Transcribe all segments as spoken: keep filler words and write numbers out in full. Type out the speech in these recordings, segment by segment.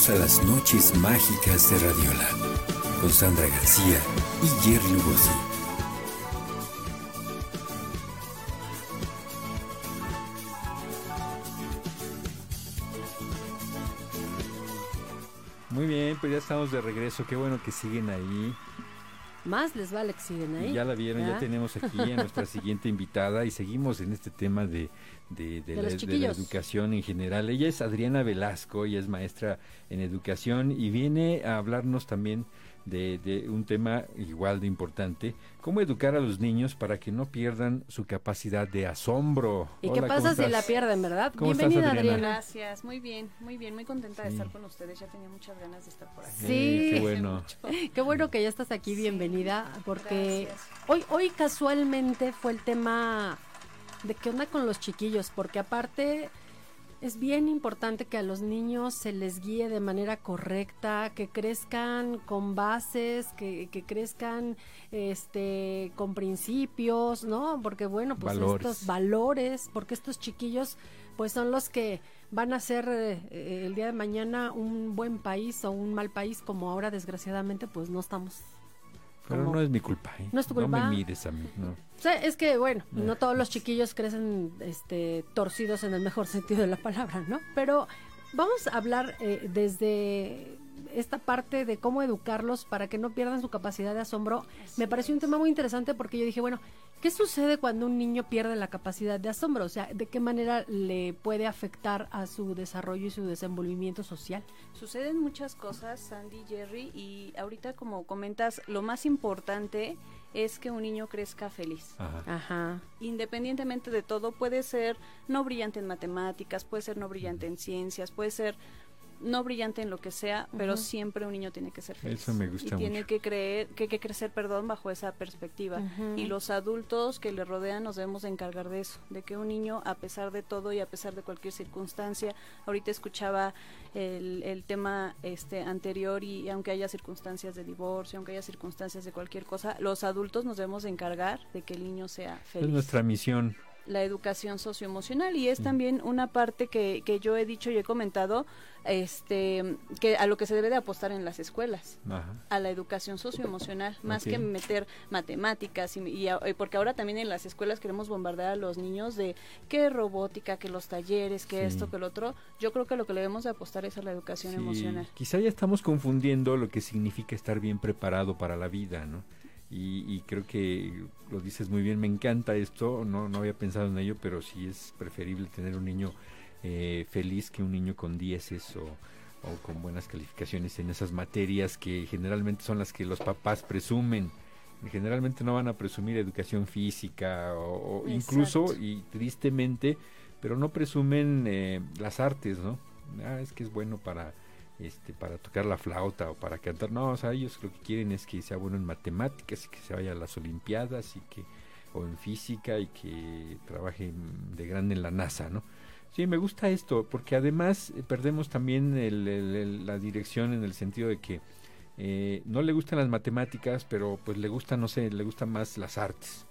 Bienvenidos a las noches mágicas de Radiola, con Sandra García y Jerry Lugosi. Muy bien, pues ya estamos de regreso. Qué bueno que siguen ahí. Más les vale que siguen ahí. Ya la vieron, ¿Ya? ya tenemos aquí a nuestra siguiente invitada y seguimos en este tema de, de, de, De la, los de la educación en general. Ella es Adriana Velasco, ella es maestra en educación y viene a hablarnos también de, de un tema igual de importante, cómo educar a los niños para que no pierdan su capacidad de asombro. ¿Y Hola, qué pasa ¿cómo si estás? la pierden, verdad? ¿Cómo estás, Bienvenida, Adriana? Adriana. Gracias, muy bien, muy bien, muy contenta de Sí. estar con ustedes, ya tenía muchas ganas de estar por aquí. Sí. Eh, qué bueno. Qué bueno que ya estás aquí, Sí. bienvenida, porque Gracias. hoy, hoy casualmente fue el tema de qué onda con los chiquillos, porque aparte es bien importante que a los niños se les guíe de manera correcta, que crezcan con bases, que, que crezcan este con principios, ¿no? Porque bueno, pues Valores. estos valores, porque estos chiquillos pues son los que van a ser eh, el día de mañana un buen país o un mal país, como ahora desgraciadamente pues no estamos. Pero como- no es mi culpa, ¿eh? ¿No es tu culpa? No me mires a mí, no. O sea, es que bueno, no todos los chiquillos crecen este torcidos en el mejor sentido de la palabra, ¿no? Pero vamos a hablar eh, desde esta parte de cómo educarlos para que no pierdan su capacidad de asombro. Me pareció un tema muy interesante porque yo dije, bueno, ¿qué sucede cuando un niño pierde la capacidad de asombro? O sea, ¿de qué manera le puede afectar a su desarrollo y su desenvolvimiento social? Suceden muchas cosas, Sandy, Jerry, y ahorita como comentas, lo más importante es que un niño crezca feliz. Ajá. Ajá. Independientemente de todo, puede ser no brillante en matemáticas, puede ser no brillante en ciencias, puede ser no brillante en lo que sea, pero Ujú. siempre un niño tiene que ser feliz. Eso me gusta y tiene mucho. que creer, que, que crecer, perdón, bajo esa perspectiva. Ujú. Y los adultos que le rodean nos debemos de encargar de eso, de que un niño, a pesar de todo y a pesar de cualquier circunstancia, ahorita escuchaba el, el tema este anterior y, y aunque haya circunstancias de divorcio, aunque haya circunstancias de cualquier cosa, los adultos nos debemos de encargar de que el niño sea feliz. Es nuestra misión. La educación socioemocional y es Sí. también una parte que, que yo he dicho y he comentado este que a lo que se debe de apostar en las escuelas, Ajá. a la educación socioemocional, más Ok. que meter matemáticas y, y a- y porque ahora también en las escuelas queremos bombardear a los niños de que robótica, que los talleres, que Sí. esto, que el otro. Yo creo que lo que le debemos de apostar es a la educación Sí, emocional. quizá ya estamos confundiendo lo que significa estar bien preparado para la vida, ¿no? Y, y creo que lo dices muy bien, me encanta esto, no, no había pensado en ello, pero sí es preferible tener un niño eh, feliz que un niño con dieces o, o con buenas calificaciones en esas materias que generalmente son las que los papás presumen. Generalmente no van a presumir educación física o, o incluso, Exacto. y tristemente, pero no presumen eh, las artes, ¿no? Ah, es que es bueno para este para tocar la flauta o para cantar. No, o sea, ellos lo que quieren es que sea bueno en matemáticas y que se vaya a las olimpiadas y que o en física y que trabaje de grande en la NASA, ¿no? Sí, me gusta esto porque además eh, perdemos también el, el, el, la dirección en el sentido de que eh, no le gustan las matemáticas, pero pues le gusta, no sé, le gustan más las artes.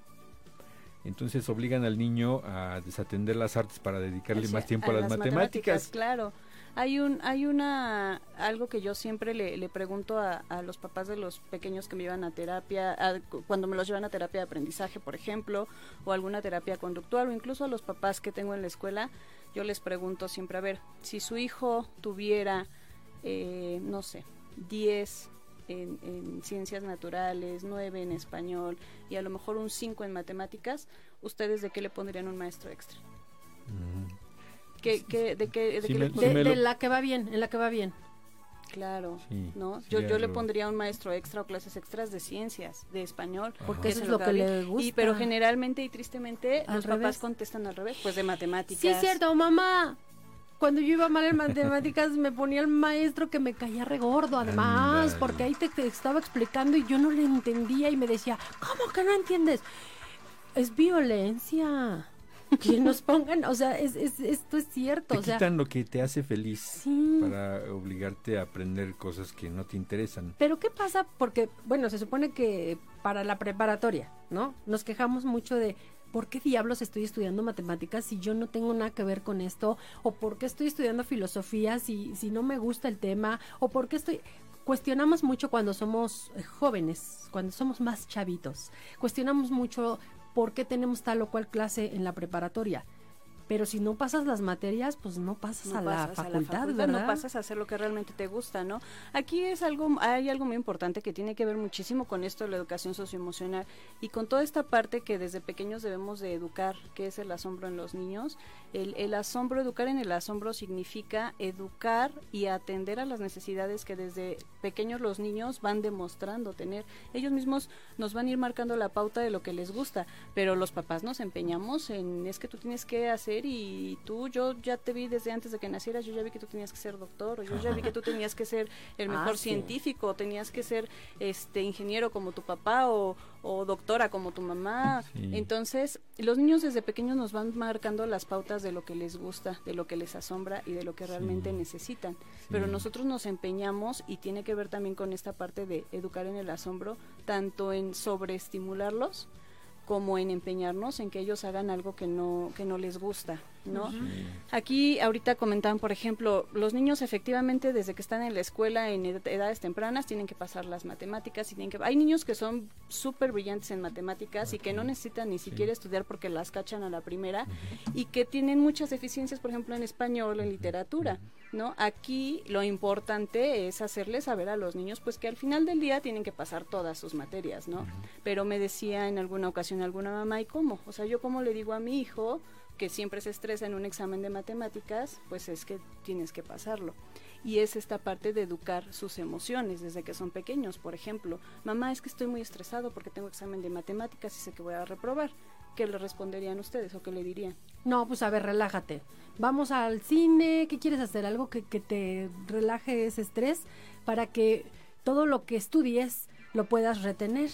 Entonces obligan al niño a desatender las artes para dedicarle Así, más tiempo a, las, matemáticas. Claro, hay un, hay una, algo que yo siempre le, le pregunto a, a los papás de los pequeños que me llevan a terapia, a- cuando me los llevan a terapia de aprendizaje, por ejemplo, o alguna terapia conductual, o incluso a los papás que tengo en la escuela, yo les pregunto siempre, a ver, si su hijo tuviera, eh, no sé, diez en, en ciencias naturales, nueve en español y a lo mejor un cinco en matemáticas, ¿ustedes de qué le pondrían un maestro extra? Mm. ¿Qué, qué, ¿De qué, de Sí qué me- le sí De, pondrían? me lo- de la que va bien, en la que va bien. Claro, Sí, ¿no? sí, Yo, ya yo le lo- pondría un maestro extra o clases extras de ciencias, de español. Porque eso eso es lo que haga bien. le gusta. Y, pero generalmente y tristemente Al los revés. papás contestan al revés, pues de matemáticas. Sí, es cierto, mamá. Cuando yo iba mal en matemáticas me ponía el maestro que me caía regordo, además, Ándale. porque ahí te, te estaba explicando y yo no le entendía y me decía, ¿cómo que no entiendes? Es violencia. Que nos pongan, o sea, es, es, esto es cierto. Te o sea, quitan lo que te hace feliz sí. para obligarte a aprender cosas que no te interesan. Pero ¿qué pasa? Porque, bueno, se supone que para la preparatoria, ¿no? Nos quejamos mucho de, ¿por qué diablos estoy estudiando matemáticas si yo no tengo nada que ver con esto? ¿O por qué estoy estudiando filosofía si, si no me gusta el tema? ¿O por qué estoy...? Cuestionamos mucho cuando somos jóvenes, cuando somos más chavitos. Cuestionamos mucho por qué tenemos tal o cual clase en la preparatoria. Pero si no pasas las materias, pues no pasas, no a, la pasas facultad, a la facultad, ¿verdad? no pasas a hacer lo que realmente te gusta, ¿no? Aquí es algo, hay algo muy importante que tiene que ver muchísimo con esto de la educación socioemocional y con toda esta parte que desde pequeños debemos de educar, que es el asombro en los niños. El, el asombro, educar en el asombro significa educar y atender a las necesidades que desde pequeños los niños van demostrando tener. Ellos mismos nos van a ir marcando la pauta de lo que les gusta, pero los papás nos empeñamos en, es que tú tienes que hacer y tú, yo ya te vi desde antes de que nacieras, yo ya vi que tú tenías que ser doctor, o yo ya vi que tú tenías que ser el mejor ah, científico, sí. tenías que ser este ingeniero como tu papá o, o doctora como tu mamá. Sí. Entonces, los niños desde pequeños nos van marcando las pautas de lo que les gusta, de lo que les asombra y de lo que realmente sí. necesitan. Sí. Pero nosotros nos empeñamos y tiene que ver también con esta parte de educar en el asombro, tanto en sobreestimularlos como en empeñarnos en que ellos hagan algo que no que no les gusta, ¿no? Sí. Aquí ahorita comentaban, por ejemplo, los niños efectivamente desde que están en la escuela en ed- edades tempranas tienen que pasar las matemáticas, y tienen que hay niños que son súper brillantes en matemáticas okay. y que no necesitan ni siquiera sí. estudiar porque las cachan a la primera uh-huh. y que tienen muchas deficiencias, por ejemplo, en español, en literatura, ¿no? Aquí lo importante es hacerles saber a los niños pues que al final del día tienen que pasar todas sus materias, ¿no? Uh-huh. Pero me decía en alguna ocasión alguna mamá, ¿y cómo? O sea, yo cómo le digo a mi hijo que siempre se estresa en un examen de matemáticas, pues es que tienes que pasarlo. Y es esta parte de educar sus emociones desde que son pequeños. Por ejemplo, mamá, es que estoy muy estresado porque tengo examen de matemáticas y sé que voy a reprobar. ¿Qué le responderían ustedes o qué le dirían? No, pues a ver, relájate. Vamos al cine, ¿qué quieres hacer? Algo que, que te relaje ese estrés para que todo lo que estudies lo puedas retener.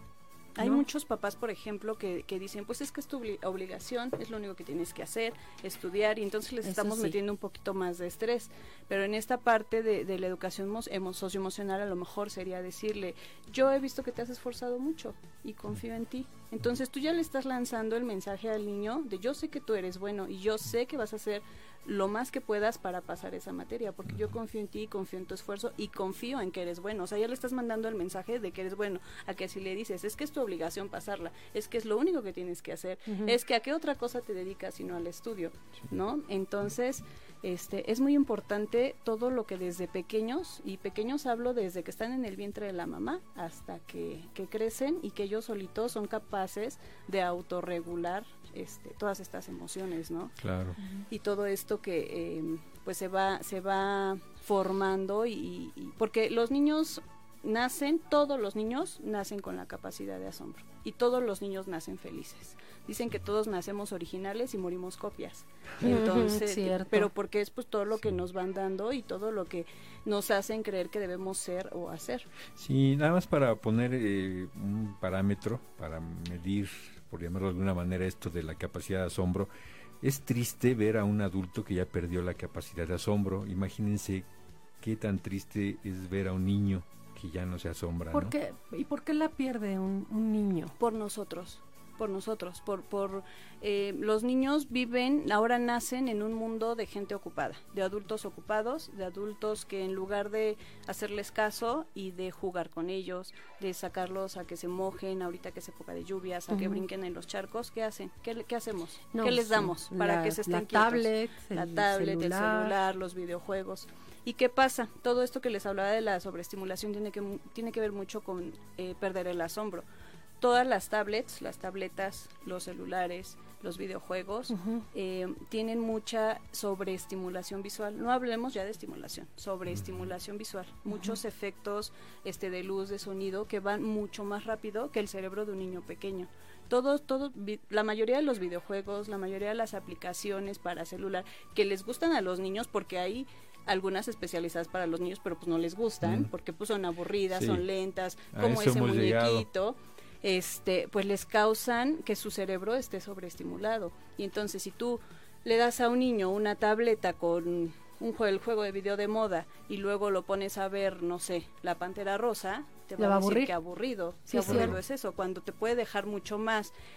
Hay ¿no? muchos papás, por ejemplo, que, que dicen, pues es que es tu obli- obligación, es lo único que tienes que hacer, estudiar, y entonces les Eso estamos sí. metiendo un poquito más de estrés. Pero en esta parte de, de la educación emo- socioemocional a lo mejor sería decirle, yo he visto que te has esforzado mucho y confío en ti. Entonces tú ya le estás lanzando el mensaje al niño de yo sé que tú eres bueno y yo sé que vas a hacer lo más que puedas para pasar esa materia, porque yo confío en ti, confío en tu esfuerzo y confío en que eres bueno. O sea, ya le estás mandando el mensaje de que eres bueno, a que si le dices, es que es tu obligación pasarla, es que es lo único que tienes que hacer, uh-huh. es que a qué otra cosa te dedicas sino al estudio, ¿no? Entonces, este, es muy importante todo lo que desde pequeños, y pequeños hablo desde que están en el vientre de la mamá hasta que, que crecen y que ellos solitos son capaces de autorregular Este, todas estas emociones, ¿no? Claro. Y todo esto que eh, pues se va se va formando y, y porque los niños nacen, todos los niños nacen con la capacidad de asombro y todos los niños nacen felices. Dicen que todos nacemos originales y morimos copias. Entonces, Cierto. pero porque es pues todo lo que nos van dando y todo lo que nos hacen creer que debemos ser o hacer. Sí, nada más para poner eh, un parámetro para medir, por llamarlo de alguna manera, esto de la capacidad de asombro. Es triste ver a un adulto que ya perdió la capacidad de asombro. Imagínense qué tan triste es ver a un niño que ya no se asombra, ¿Por ¿no? qué? ¿Y por qué la pierde un, un niño? Por nosotros, por nosotros, por, por eh, los niños viven, ahora nacen en un mundo de gente ocupada, de adultos ocupados, de adultos que en lugar de hacerles caso y de jugar con ellos, de sacarlos a que se mojen, ahorita que es época de lluvias, a uh-huh. que brinquen en los charcos, ¿qué hacen? ¿Qué, qué hacemos? No, ¿Qué les sí. damos para la, que se estén la quietos? Tablet, la el tablet, celular. el celular, los videojuegos. ¿Y qué pasa? Todo esto que les hablaba de la sobreestimulación tiene que, tiene que ver mucho con eh, perder el asombro. Todas las tablets, las tabletas, los celulares, los videojuegos, uh-huh. eh, tienen mucha sobreestimulación visual. No hablemos ya de estimulación, sobreestimulación visual. Uh-huh. Muchos efectos este, de luz, de sonido, que van mucho más rápido que el cerebro de un niño pequeño. Todos, todos, la mayoría de los videojuegos, la mayoría de las aplicaciones para celular que les gustan a los niños, porque hay algunas especializadas para los niños, pero pues no les gustan, mm. porque pues son aburridas, sí. son lentas, a como ese muñequito, llegado. este, pues les causan que su cerebro esté sobreestimulado. Y entonces si tú le das a un niño una tableta con un juego, el juego de video de moda, y luego lo pones a ver, no sé, La Pantera Rosa, te va, va a decir que aburrido, sí, qué aburrido es eso, cuando te puede dejar mucho más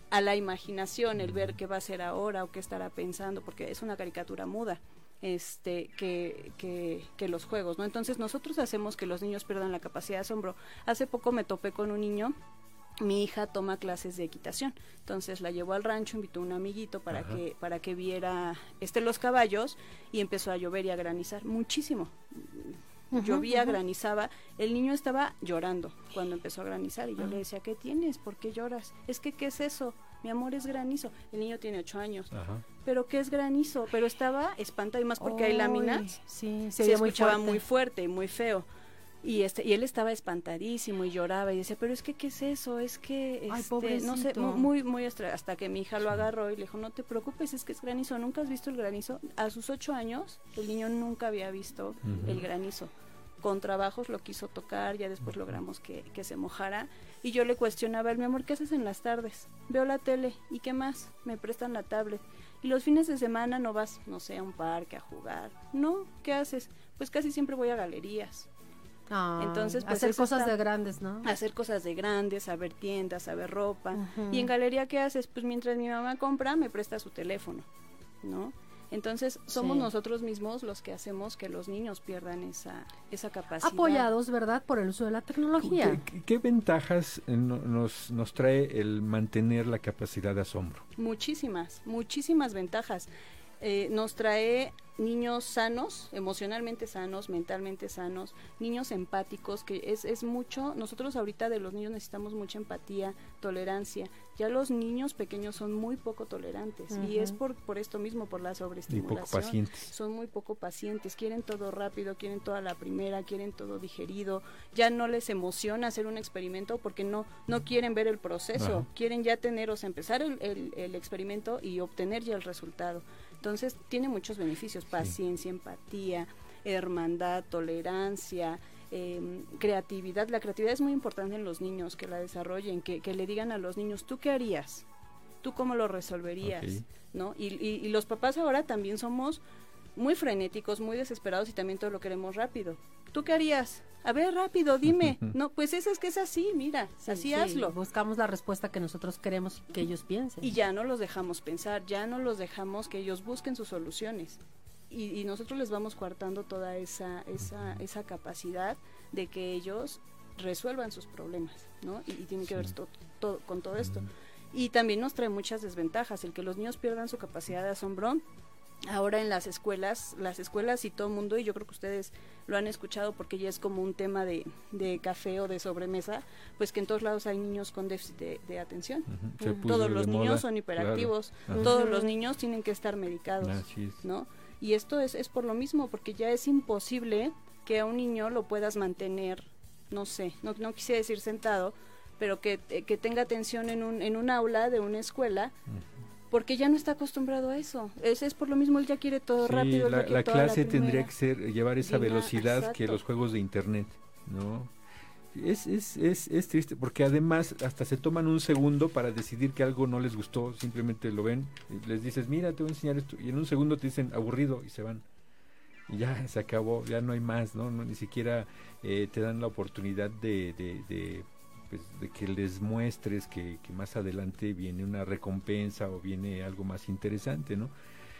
a la imaginación, el ver qué va a hacer ahora o qué estará pensando, porque es una caricatura muda, este que, que, que los juegos, ¿no? Entonces nosotros hacemos que los niños pierdan la capacidad de asombro. Hace poco me topé con un niño, mi hija toma clases de equitación, entonces la llevó al rancho, invitó a un amiguito para Ajá. que para que viera este los caballos, y empezó a llover y a granizar muchísimo. Uh-huh, llovía, uh-huh. granizaba, el niño estaba llorando cuando empezó a granizar, y yo uh-huh. le decía, ¿qué tienes? ¿Por qué lloras? Es que, ¿qué es eso? Mi amor, es granizo. El niño tiene ocho años. Ajá. ¿Pero qué es granizo? Pero estaba espantado, y más porque oh, hay láminas, sí, se, se escuchaba muy fuerte y muy feo. Y este y él estaba espantadísimo y lloraba y decía, pero es que ¿qué es eso? Es que Ay, este, no sé, muy muy extra, hasta que mi hija lo agarró y le dijo, no te preocupes, es que es granizo. ¿Nunca has visto el granizo? A sus ocho años el niño nunca había visto uh-huh. el granizo. Con trabajos lo quiso tocar, ya después logramos que, que se mojara, y yo le cuestionaba, mi amor, ¿qué haces en las tardes? Veo la tele, ¿y qué más? Me prestan la tablet. Y los fines de semana no vas, no sé, a un parque a jugar. No, ¿qué haces? Pues casi siempre voy a galerías. Ah, entonces pues hacer cosas está, de grandes, ¿no? Hacer cosas de grandes, a ver tiendas, a ver ropa. Uh-huh. Y en galería, ¿qué haces? Pues mientras mi mamá compra, me presta su teléfono, ¿no? Entonces somos sí. nosotros mismos los que hacemos que los niños pierdan esa esa capacidad. Apoyados, ¿verdad?, por el uso de la tecnología. ¿Qué, qué ventajas nos, nos trae el mantener la capacidad de asombro? Muchísimas, muchísimas ventajas. Eh, nos trae niños sanos, emocionalmente sanos, mentalmente sanos, niños empáticos, que es, es mucho, nosotros ahorita de los niños necesitamos mucha empatía, tolerancia. Ya los niños pequeños son muy poco tolerantes, uh-huh. y es por por esto mismo, por la sobreestimulación. Y poco pacientes. Son muy poco pacientes, quieren todo rápido, quieren toda la primera, quieren todo digerido, ya no les emociona hacer un experimento porque no no quieren ver el proceso, uh-huh. quieren ya tener, o sea, empezar el, el, el experimento y obtener ya el resultado. Entonces tiene muchos beneficios, paciencia, sí. empatía, hermandad, tolerancia, eh, creatividad. La creatividad es muy importante en los niños, que la desarrollen, que, que le digan a los niños, ¿tú qué harías? ¿Tú cómo lo resolverías? Okay. ¿No? Y, y, y los papás ahora también somos muy frenéticos, muy desesperados, y también todo lo queremos rápido. ¿Tú qué harías? A ver, rápido, dime. No, pues eso es que es así, mira, sí, así sí, hazlo. Buscamos la respuesta que nosotros queremos que ellos piensen. Y ya no los dejamos pensar, ya no los dejamos que ellos busquen sus soluciones. Y, y nosotros les vamos coartando toda esa, esa, esa capacidad de que ellos resuelvan sus problemas, ¿no? Y, y tiene que sí. ver to, to, con todo esto. Y también nos trae muchas desventajas, el que los niños pierdan su capacidad de asombro. Ahora en las escuelas, las escuelas y todo el mundo, y yo creo que ustedes lo han escuchado porque ya es como un tema de, de café o de sobremesa, pues que en todos lados hay niños con déficit de, de atención. Uh-huh. Uh-huh. Todos los niños moda. son hiperactivos, claro. todos uh-huh. los niños tienen que estar medicados, ¿no? Y esto es, es por lo mismo, porque ya es imposible que a un niño lo puedas mantener, no sé, no, no quise decir sentado, pero que, que tenga atención en un, en un aula de una escuela, uh-huh. porque ya no está acostumbrado a eso. Es, es por lo mismo, él ya quiere todo sí, rápido. La, la clase la tendría que ser llevar esa Dina, velocidad exacto. que los juegos de internet, ¿no? Es, es, es, es triste, porque además hasta se toman un segundo para decidir que algo no les gustó, simplemente lo ven, y les dices, mira, te voy a enseñar esto, y en un segundo te dicen aburrido y se van. Y ya se acabó, ya no hay más, ¿no? no ni siquiera eh, te dan la oportunidad de... de, de pues de que les muestres que, que más adelante viene una recompensa o viene algo más interesante, ¿no?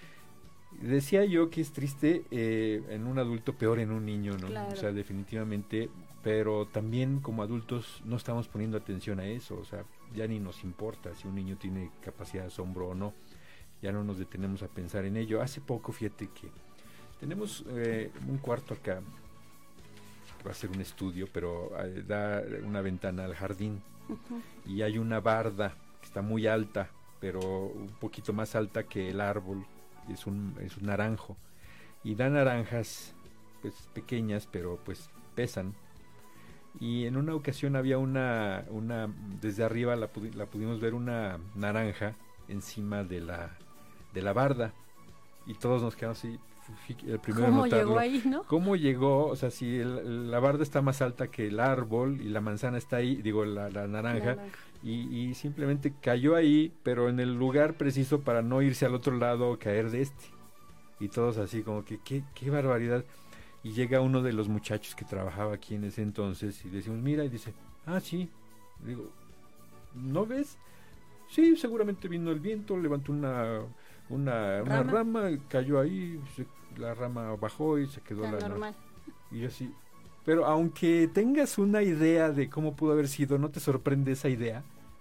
Decía yo que es triste eh, en un adulto, peor en un niño, ¿no? Claro. O sea, definitivamente, pero también como adultos no estamos poniendo atención a eso, o sea, ya ni nos importa si un niño tiene capacidad de asombro o no, ya no nos detenemos a pensar en ello. Hace poco, fíjate que tenemos eh, un cuarto acá, va a ser un estudio, pero eh, da una ventana al jardín, uh-huh. y hay una barda que está muy alta, pero un poquito más alta que el árbol, es un, es un naranjo, y da naranjas pues pequeñas, pero pues pesan, y en una ocasión había una, una desde arriba la, pudi- la pudimos ver una naranja encima de la, de la barda, y todos nos quedamos así, el primero ¿Cómo notarlo. llegó ahí, no? ¿Cómo llegó? O sea, si el, la barda está más alta que el árbol y la manzana está ahí, digo, la, la naranja, la y, y simplemente cayó ahí, pero en el lugar preciso para no irse al otro lado o caer de este. Y todos así como que, qué, qué barbaridad. Y llega uno de los muchachos que trabajaba aquí en ese entonces y decimos, mira, y dice, ah, sí. Digo, ¿no ves? Sí, seguramente vino el viento, levantó una una rama, una rama cayó ahí, se, la rama bajó y se quedó Tan la normal. No, y así. Pero aunque tengas una idea de cómo pudo haber sido, ¿no te sorprende esa idea?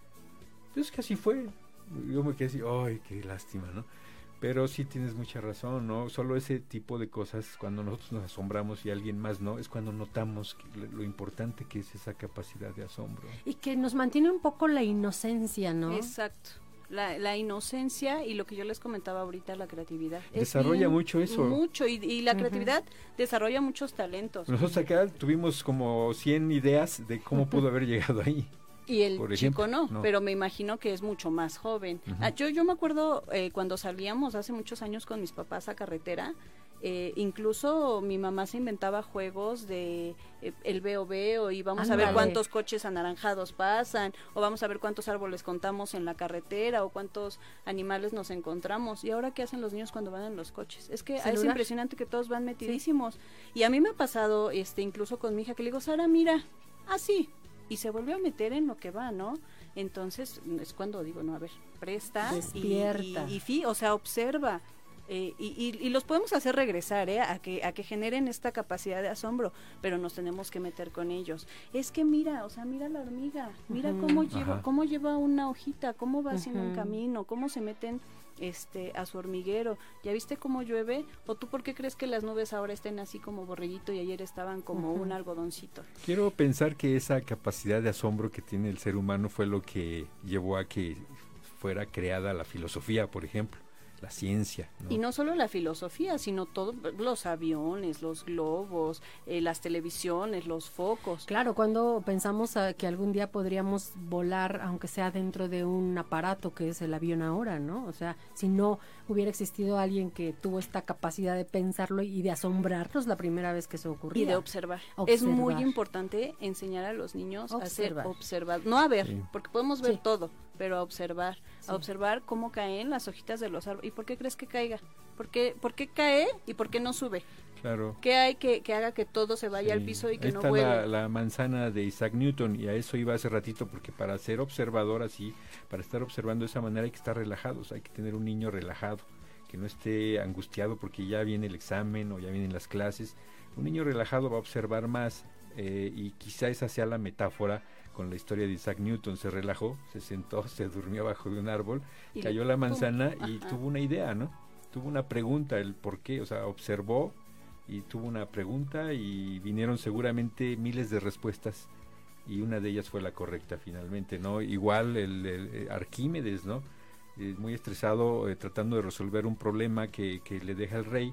Pues que así fue. Yo me quedé así, ¡ay, qué lástima!, ¿no? Pero sí tienes mucha razón, ¿no? Solo ese tipo de cosas, cuando nosotros nos asombramos y alguien más no, es cuando notamos que lo importante que es esa capacidad de asombro. Y que nos mantiene un poco la inocencia, ¿no? Exacto. La, la inocencia y lo que yo les comentaba ahorita, la creatividad. Desarrolla bien, mucho eso. Mucho, y, y la uh-huh. creatividad desarrolla muchos talentos. Nosotros acá tuvimos como cien ideas de cómo pudo haber llegado ahí. Y el Por chico ejemplo, no, no, pero me imagino que es mucho más joven. Uh-huh. Ah, yo, yo me acuerdo eh, cuando salíamos hace muchos años con mis papás a carretera, eh, incluso mi mamá se inventaba juegos de eh, el veo veo y vamos Andale. a ver cuántos coches anaranjados pasan, o vamos a ver cuántos árboles contamos en la carretera, o cuántos animales nos encontramos. ¿Y ahora qué hacen los niños cuando van en los coches? Es que ¿Celular? Es impresionante que todos van metidísimos. Sí. Y a mí me ha pasado, este, incluso con mi hija, que le digo, Sara, mira, así. Y se volvió a meter en lo que va, ¿no? Entonces es cuando digo, no, a ver, presta Despierta. y, y, y o sea, observa. Eh, y, y, y los podemos hacer regresar, ¿eh? A que, a que generen esta capacidad de asombro, pero nos tenemos que meter con ellos. Es que mira, o sea, mira la hormiga, mira uh-huh. cómo lleva, cómo lleva una hojita, cómo va haciendo uh-huh. un camino, cómo se meten este a su hormiguero. ¿Ya viste cómo llueve? ¿O tú por qué crees que las nubes ahora estén así como borreguito y ayer estaban como uh-huh. un algodoncito? Quiero pensar que esa capacidad de asombro que tiene el ser humano fue lo que llevó a que fuera creada la filosofía, por ejemplo, la ciencia, ¿no? Y no solo la filosofía, sino todos los aviones, los globos, eh, las televisiones, los focos. Claro, cuando pensamos a que algún día podríamos volar, aunque sea dentro de un aparato que es el avión ahora, ¿no? O sea, si no hubiera existido alguien que tuvo esta capacidad de pensarlo y de asombrarnos la primera vez que se ocurría. Y de observar. observar. Es muy importante enseñar a los niños observar. a ser observados. No a ver, sí. porque podemos ver sí. todo, pero a observar. Sí. A observar cómo caen las hojitas de los árboles. ¿Y por qué crees que caiga? ¿Por qué, por qué cae y por qué no sube? Claro. ¿Qué hay que, que haga que todo se vaya sí. al piso y que Ahí no está vuele? La, la manzana de Isaac Newton, y a eso iba hace ratito, porque para ser observador así, para estar observando de esa manera hay que estar relajados, hay que tener un niño relajado, que no esté angustiado porque ya viene el examen o ya vienen las clases. Un niño relajado va a observar más, eh, y quizá esa sea la metáfora con la historia de Isaac Newton. Se relajó, se sentó, se durmió abajo de un árbol, y cayó la manzana pum, y ajá. tuvo una idea, ¿no? Tuvo una pregunta, el por qué, o sea, observó y tuvo una pregunta y vinieron seguramente miles de respuestas y una de ellas fue la correcta finalmente, ¿no? Igual el, el Arquímedes, ¿no? Eh, muy estresado, eh, tratando de resolver un problema que, que le deja el rey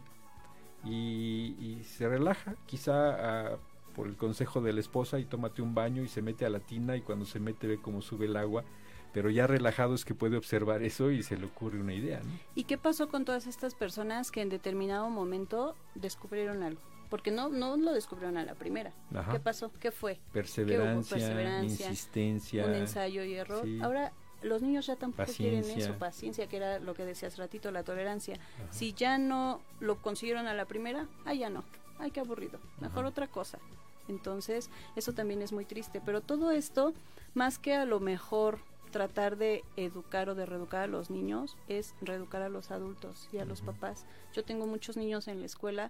y, y se relaja, quizá a, por el consejo de la esposa, y tómate un baño, y se mete a la tina, y cuando se mete ve cómo sube el agua, pero ya relajado es que puede observar eso y se le ocurre una idea, ¿no? ¿Y qué pasó con todas estas personas que en determinado momento descubrieron algo? Porque no no lo descubrieron a la primera. Ajá. ¿Qué pasó? ¿Qué fue? Perseverancia, ¿Qué Perseverancia, insistencia. Un ensayo y error. Sí. Ahora, los niños ya tampoco paciencia. quieren eso, paciencia, que era lo que decías ratito, la tolerancia. Ajá. Si ya no lo consiguieron a la primera, ah, ya no. Ay, qué aburrido. Mejor Ajá. otra cosa. Entonces, eso también es muy triste. Pero todo esto, más que a lo mejor tratar de educar o de reeducar a los niños, es reeducar a los adultos y a uh-huh. los papás. Yo tengo muchos niños en la escuela,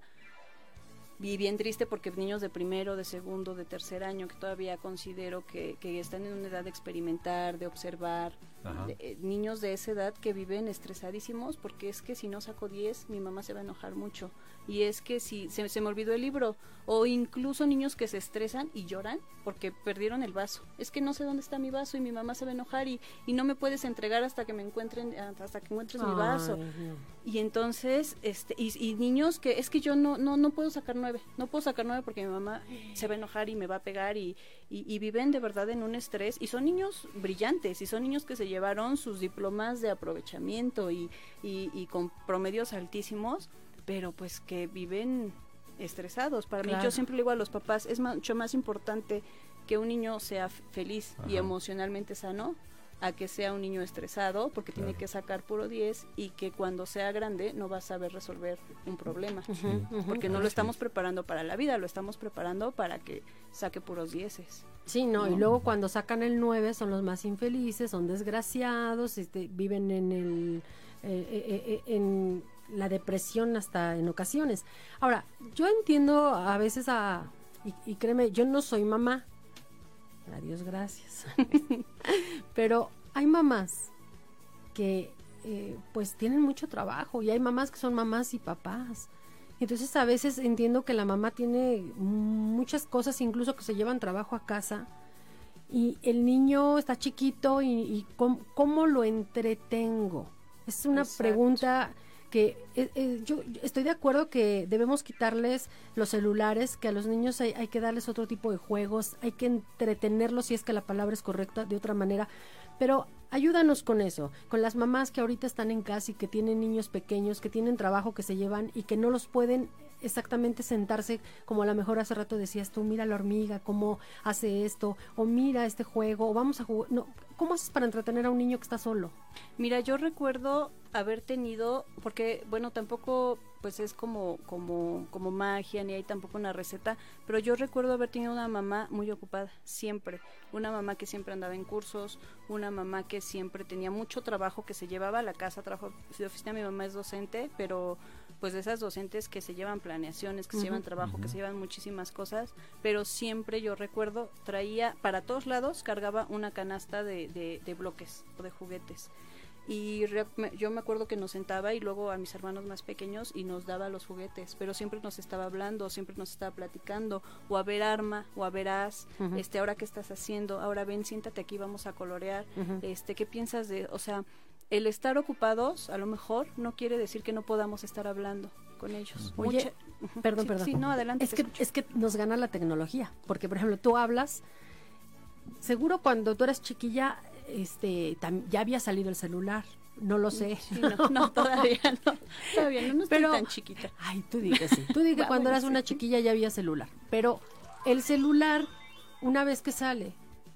y bien triste porque niños de primero, de segundo, de tercer año, que todavía considero que, que están en una edad de experimentar, de observar, de, eh, niños de esa edad que viven estresadísimos porque es que si no saco diez, mi mamá se va a enojar mucho, y es que si se, se me olvidó el libro, o incluso niños que se estresan y lloran porque perdieron el vaso, es que no sé dónde está mi vaso y mi mamá se va a enojar y, y no me puedes entregar hasta que me encuentren, hasta que encuentres Ay, mi vaso, no. y entonces, este, y, y niños que es que yo no, no, no puedo sacar nueve, no puedo sacar nueve porque mi mamá se va a enojar y me va a pegar, y, y, y viven de verdad en un estrés, y son niños brillantes, y son niños que se llevaron sus diplomas de aprovechamiento y, y, y con promedios altísimos, pero pues que viven estresados. Para claro. mí, yo siempre le digo a los papás, es mucho más importante que un niño sea feliz Ajá. y emocionalmente sano a que sea un niño estresado porque Claro. tiene que sacar puro diez y que cuando sea grande no va a saber resolver un problema. Ujú, ujú. Porque no Así lo estamos es. preparando para la vida, lo estamos preparando para que saque puros dieces. Sí, no, y No. luego cuando sacan el nueve son los más infelices, son desgraciados, este, viven en el eh, eh, eh, en la depresión hasta en ocasiones. Ahora, yo entiendo a veces a y, y créeme, yo no soy mamá. A Dios gracias. Pero hay mamás que eh, pues tienen mucho trabajo y hay mamás que son mamás y papás. Entonces a veces entiendo que la mamá tiene muchas cosas incluso que se llevan trabajo a casa y el niño está chiquito y, y cómo, cómo lo entretengo. Es una Exacto. pregunta que eh, eh, yo estoy de acuerdo que debemos quitarles los celulares, que a los niños hay, hay que darles otro tipo de juegos, hay que entretenerlos, si es que la palabra es correcta, de otra manera, pero ayúdanos con eso, con las mamás que ahorita están en casa y que tienen niños pequeños, que tienen trabajo que se llevan y que no los pueden exactamente sentarse, como a lo mejor hace rato decías tú, mira la hormiga, cómo hace esto, o mira este juego, o vamos a jugar, no, ¿cómo haces para entretener a un niño que está solo? Mira, yo recuerdo haber tenido, porque bueno, tampoco pues es como como como magia ni hay tampoco una receta, pero yo recuerdo haber tenido una mamá muy ocupada siempre, una mamá que siempre andaba en cursos, una mamá que siempre tenía mucho trabajo que se llevaba a la casa, trabajo de oficina. Mi mamá es docente, pero pues de esas docentes que se llevan planeaciones, que se Ujú. llevan trabajo, que Ujú. se llevan muchísimas cosas, pero siempre yo recuerdo traía para todos lados, cargaba una canasta de, de, de bloques o de juguetes. Y re- me- yo me acuerdo que nos sentaba y luego a mis hermanos más pequeños y nos daba los juguetes, pero siempre nos estaba hablando, siempre nos estaba platicando, o a ver arma, o a ver as, Ujú. este, ahora qué estás haciendo, ahora ven, siéntate aquí, vamos a colorear, Ujú. este, ¿qué piensas de, o sea, el estar ocupados a lo mejor no quiere decir que no podamos estar hablando con ellos. Oye, Mucha- ujú, Perdón, sí, perdón. Sí, no, adelante. Es te que, escucho. es que nos gana la tecnología, porque por ejemplo tú hablas, seguro cuando tú eras chiquilla, este, tam- ya había salido el celular, no lo sé. Sí, no, no, todavía no, todavía no, no estoy Pero- tan chiquita. Ay, tú di que sí. Tú di que Ah, cuando bueno, eras sí. una chiquilla ya había celular. Pero el celular, una vez que sale,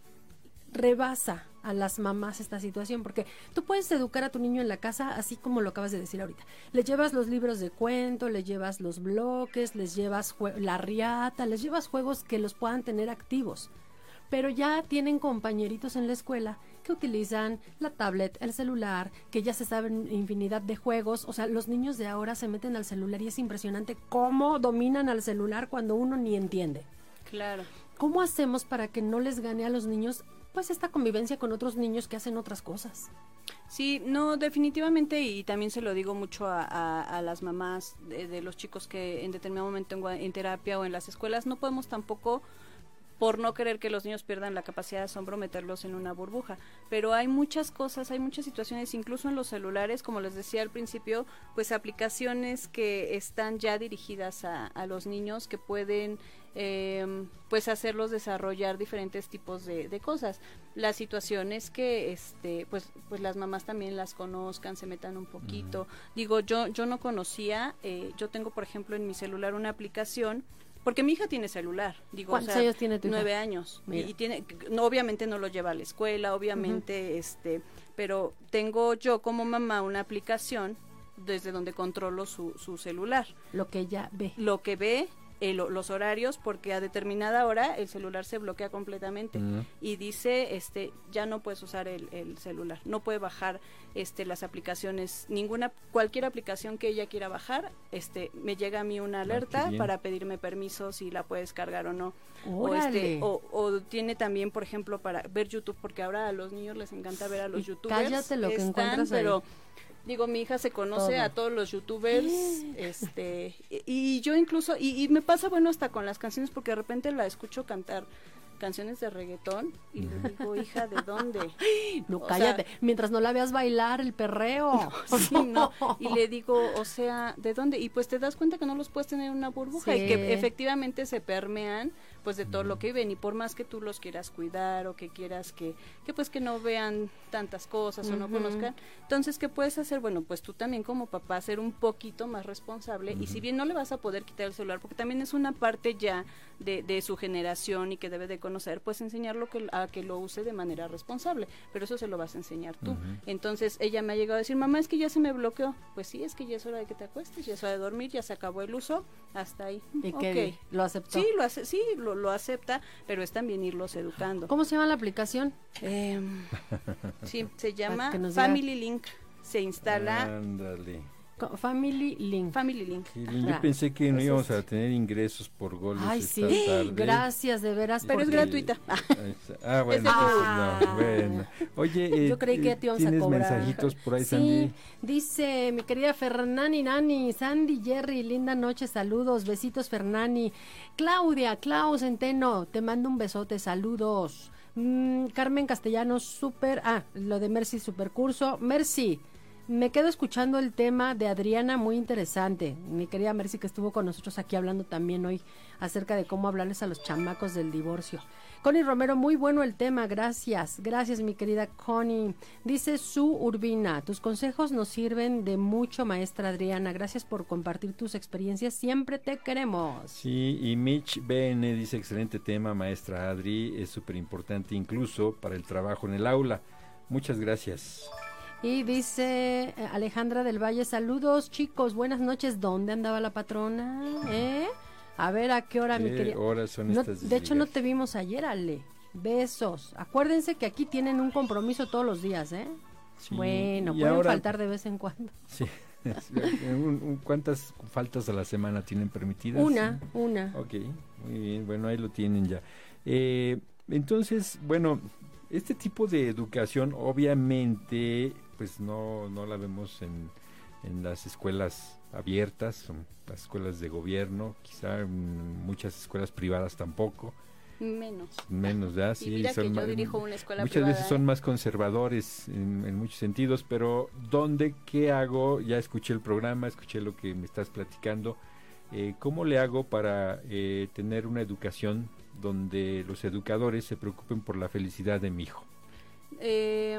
rebasa a las mamás esta situación, porque tú puedes educar a tu niño en la casa así como lo acabas de decir ahorita. Le llevas los libros de cuento, le llevas los bloques, les llevas jue- la riata, les llevas juegos que los puedan tener activos. Pero ya tienen compañeritos en la escuela que utilizan la tablet, el celular, que ya se saben infinidad de juegos. O sea, los niños de ahora se meten al celular y es impresionante cómo dominan al celular cuando uno ni entiende. Claro. ¿Cómo hacemos para que no les gane a los niños pues esta convivencia con otros niños que hacen otras cosas? Sí, no, definitivamente, y también se lo digo mucho a, a, a las mamás de, de los chicos que en determinado momento en, gua- en terapia o en las escuelas, no podemos tampoco, por no querer que los niños pierdan la capacidad de asombro, meterlos en una burbuja. Pero hay muchas cosas, hay muchas situaciones, incluso en los celulares, como les decía al principio, pues aplicaciones que están ya dirigidas a, a los niños que pueden eh, pues hacerlos desarrollar diferentes tipos de, de cosas. La situación es que este pues pues las mamás también las conozcan, se metan un poquito. Uh-huh. Digo, yo yo no conocía, eh, yo tengo por ejemplo en mi celular una aplicación, porque mi hija tiene celular, digo, ¿cuántos o sea, años tiene tu hija? Nueve años. Y, Mira. y tiene, no, obviamente no lo lleva a la escuela, obviamente, uh-huh. este, pero tengo yo como mamá una aplicación desde donde controlo su, su celular. Lo que ella ve. Lo que ve, eh, lo, los horarios, porque a determinada hora el celular se bloquea completamente uh-huh. y dice, este, ya no puedes usar el, el celular, no puede bajar este las aplicaciones, ninguna, cualquier aplicación que ella quiera bajar, este, me llega a mí una alerta ah, para pedirme permiso si la puedes cargar o no. O, este, o, o tiene también, por ejemplo, para ver YouTube, porque ahora a los niños les encanta ver a los y youtubers. Cállate lo que están, encuentras ahí. Pero digo, mi hija se conoce Todo. a todos los youtubers, este, y, y yo incluso, y, y me pasa, bueno, hasta con las canciones, porque de repente la escucho cantar canciones de reggaetón y le digo, hija, ¿de dónde? No, o cállate, sea, mientras no la veas bailar el perreo. No, sí, no. Y le digo, o sea, ¿de dónde? Y pues te das cuenta que no los puedes tener en una burbuja sí. y que efectivamente se permean pues de todo lo que viven, y por más que tú los quieras cuidar o que quieras que, que pues que no vean tantas cosas uh-huh. o no conozcan, entonces ¿qué puedes hacer? Bueno, pues tú también como papá ser un poquito más responsable uh-huh. y si bien no le vas a poder quitar el celular, porque también es una parte ya de, de su generación y que debe de conocer, pues enseñarlo que, a que lo use de manera responsable, pero eso se lo vas a enseñar tú. Uh-huh. Entonces ella me ha llegado a decir, mamá, es que ya se me bloqueó. Pues sí, es que ya es hora de que te acuestes, ya es hora de dormir, ya se acabó el uso, hasta ahí. ¿Y okay. que lo aceptó? Sí, lo, hace, sí lo, lo acepta, pero es también irlos educando. ¿Cómo se llama la aplicación? Eh, sí, se llama Family diga. Link. Se instala. Ándale. Family Link. Family Link. Sí, yo ah, pensé que no íbamos a tener ingresos por goles. Ay, esta sí. tarde. Gracias, de veras. Pero porque... es gratuita. Ah, bueno, ah, pues, no, bueno. Oye, eh, yo creí que te íbamos a cobrar. ¿Tienes mensajitos por ahí, sí, Sandy? Dice mi querida Fernani Nani, Sandy, Jerry, linda noche, saludos, besitos, Fernani. Claudia, Clau Centeno, te mando un besote, saludos. Mm, Carmen Castellanos, súper. Ah, lo de Mercy, super curso. Mercy. Me quedo escuchando el tema de Adriana, muy interesante. Mi querida Mercy, que estuvo con nosotros aquí hablando también hoy acerca de cómo hablarles a los chamacos del divorcio. Connie Romero, muy bueno el tema, gracias. Gracias, mi querida Connie. Dice Su Urbina, tus consejos nos sirven de mucho, maestra Adriana. Gracias por compartir tus experiencias, siempre te queremos. Sí, y Mitch B N dice, excelente tema, maestra Adri, es súper importante incluso para el trabajo en el aula. Muchas gracias. Y dice Alejandra del Valle, saludos chicos, buenas noches, ¿dónde andaba la patrona? ¿Eh? A ver, ¿a qué hora, ¿Qué mi querida? horas son no, estas de, de hecho, llegar? no te vimos ayer, Ale. Besos. Acuérdense que aquí tienen un compromiso todos los días, ¿eh? Sí, bueno, pueden ahora, faltar de vez en cuando. Sí. ¿Cuántas faltas a la semana tienen permitidas? Una, una. Ok, muy bien, bueno, ahí lo tienen ya. Eh, entonces, bueno, este tipo de educación obviamente pues no, no la vemos en, en las escuelas abiertas, son las escuelas de gobierno, quizá en muchas escuelas privadas tampoco. Menos. Menos, ¿verdad? Sí, y mira son que yo más, dirijo una escuela muchas privada, veces son ¿eh? más conservadores en, en muchos sentidos, pero ¿dónde, qué hago? Ya escuché el programa, escuché lo que me estás platicando. Eh, ¿Cómo le hago para eh, tener una educación donde los educadores se preocupen por la felicidad de mi hijo? Eh,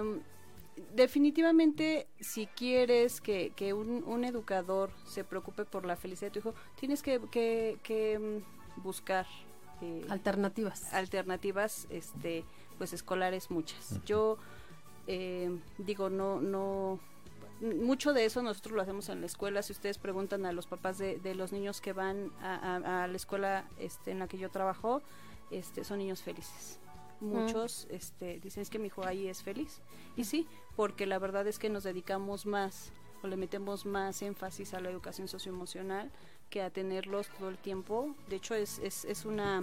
definitivamente, si quieres que, que un, un educador se preocupe por la felicidad de tu hijo, tienes que, que, que buscar eh, alternativas alternativas este pues escolares muchas. Uh-huh. Yo eh, digo no no mucho de eso nosotros lo hacemos en la escuela. Si ustedes preguntan a los papás de, de los niños que van a, a, a la escuela este en la que yo trabajo, este son niños felices. Muchos uh-huh. este dicen es que mi hijo ahí es feliz, y sí, porque la verdad es que nos dedicamos más o le metemos más énfasis a la educación socioemocional que a tenerlos todo el tiempo. De hecho es es, es una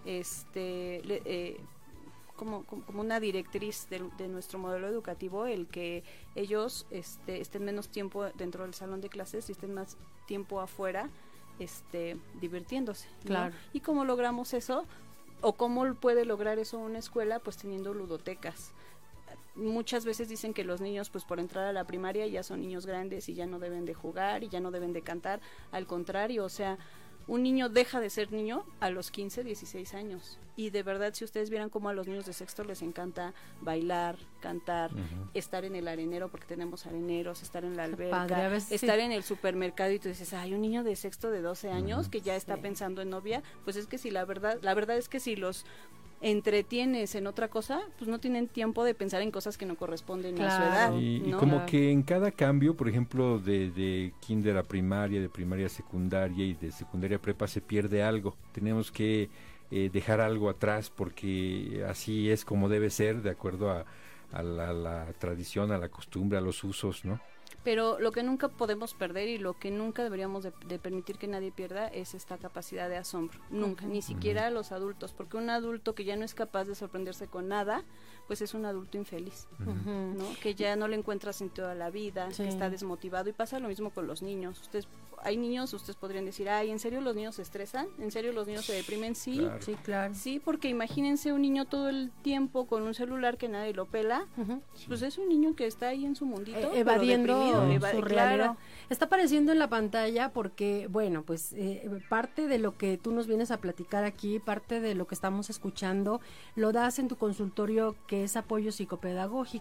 este le, eh, como, como, como una directriz de, de nuestro modelo educativo el que ellos este estén menos tiempo dentro del salón de clases y estén más tiempo afuera este divirtiéndose, ¿no? Claro. ¿Y cómo logramos eso? ¿O cómo puede lograr eso una escuela? Pues teniendo ludotecas. Muchas veces dicen que los niños, pues por entrar a la primaria ya son niños grandes y ya no deben de jugar y ya no deben de cantar. Al contrario, o sea, un niño deja de ser niño a los quince, dieciséis años. Y de verdad, si ustedes vieran cómo a los niños de sexto les encanta bailar, cantar, uh-huh. estar en el arenero, porque tenemos areneros, estar en la alberca, padre, veces, estar sí. en el supermercado, y tú dices, hay un niño de sexto de doce años uh-huh. que ya está sí. pensando en novia. Pues es que si la verdad, la verdad es que si los entretienes en otra cosa, pues no tienen tiempo de pensar en cosas que no corresponden claro. a su edad. Y, ¿no? y como que en cada cambio, por ejemplo, de, de kinder a primaria, de primaria a secundaria y de secundaria a prepa, se pierde algo. Tenemos que eh, dejar algo atrás porque así es como debe ser, de acuerdo a, a, la, a la tradición, a la costumbre, a los usos, ¿no? Pero lo que nunca podemos perder y lo que nunca deberíamos de, de permitir que nadie pierda es esta capacidad de asombro. Nunca, uh-huh. ni siquiera uh-huh. los adultos, porque un adulto que ya no es capaz de sorprenderse con nada, pues es un adulto infeliz, uh-huh. ¿no? Que ya no le encuentra sentido a la vida, sí. que está desmotivado, y pasa lo mismo con los niños. Ustedes, hay niños, ustedes podrían decir, ay, ¿en serio los niños se estresan? ¿En serio los niños se deprimen? Sí, claro. sí, claro. Sí, porque imagínense un niño todo el tiempo con un celular que nadie lo pela, uh-huh. pues es un niño que está ahí en su mundito, eh, evadiendo Eva- su claro. realidad. Está apareciendo en la pantalla porque, bueno, pues eh, parte de lo que tú nos vienes a platicar aquí, parte de lo que estamos escuchando, lo das en tu consultorio, que es apoyo psicopedagógico.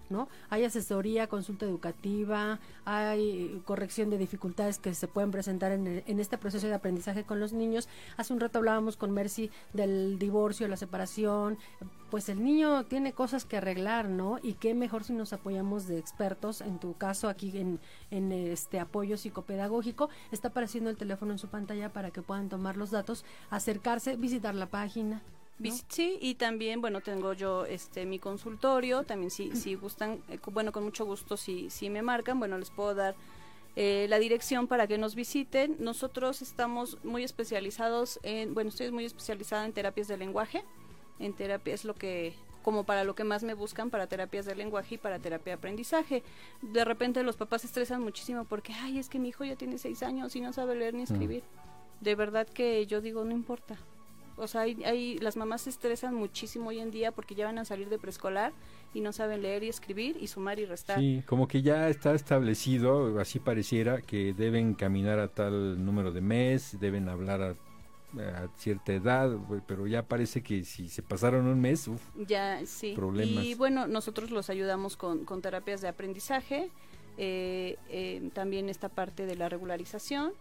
¿no? Hay asesoría, consulta educativa, hay corrección de dificultades que se pueden presentar en, el, en este proceso de aprendizaje con los niños. Hace un rato hablábamos con Mercy del divorcio, la separación. Pues el niño tiene cosas que arreglar, ¿no? Y qué mejor si nos apoyamos de expertos, en tu caso aquí en, en este apoyo psicopedagógico. Está apareciendo el teléfono en su pantalla para que puedan tomar los datos, acercarse, visitar la página, ¿no? Sí, y también, bueno, tengo yo este mi consultorio, también si si gustan, eh, bueno, con mucho gusto si si me marcan, bueno, les puedo dar eh, la dirección para que nos visiten. Nosotros estamos muy especializados en, bueno, estoy muy especializada en terapias de lenguaje, en terapia es lo que como para lo que más me buscan, para terapias de lenguaje y para terapia de aprendizaje. De repente los papás se estresan muchísimo porque, ay, es que mi hijo ya tiene seis años y no sabe leer ni escribir. Mm. De verdad que yo digo, no importa. O sea, hay, hay, las mamás se estresan muchísimo hoy en día porque ya van a salir de preescolar y no saben leer y escribir y sumar y restar. Sí, como que ya está establecido, así pareciera, que deben caminar a tal número de mes, deben hablar a, a cierta edad, pero ya parece que si se pasaron un mes, uf, ya, sí. Problemas. Y bueno, nosotros los ayudamos con, con terapias de aprendizaje, eh, eh, también esta parte de la regularización.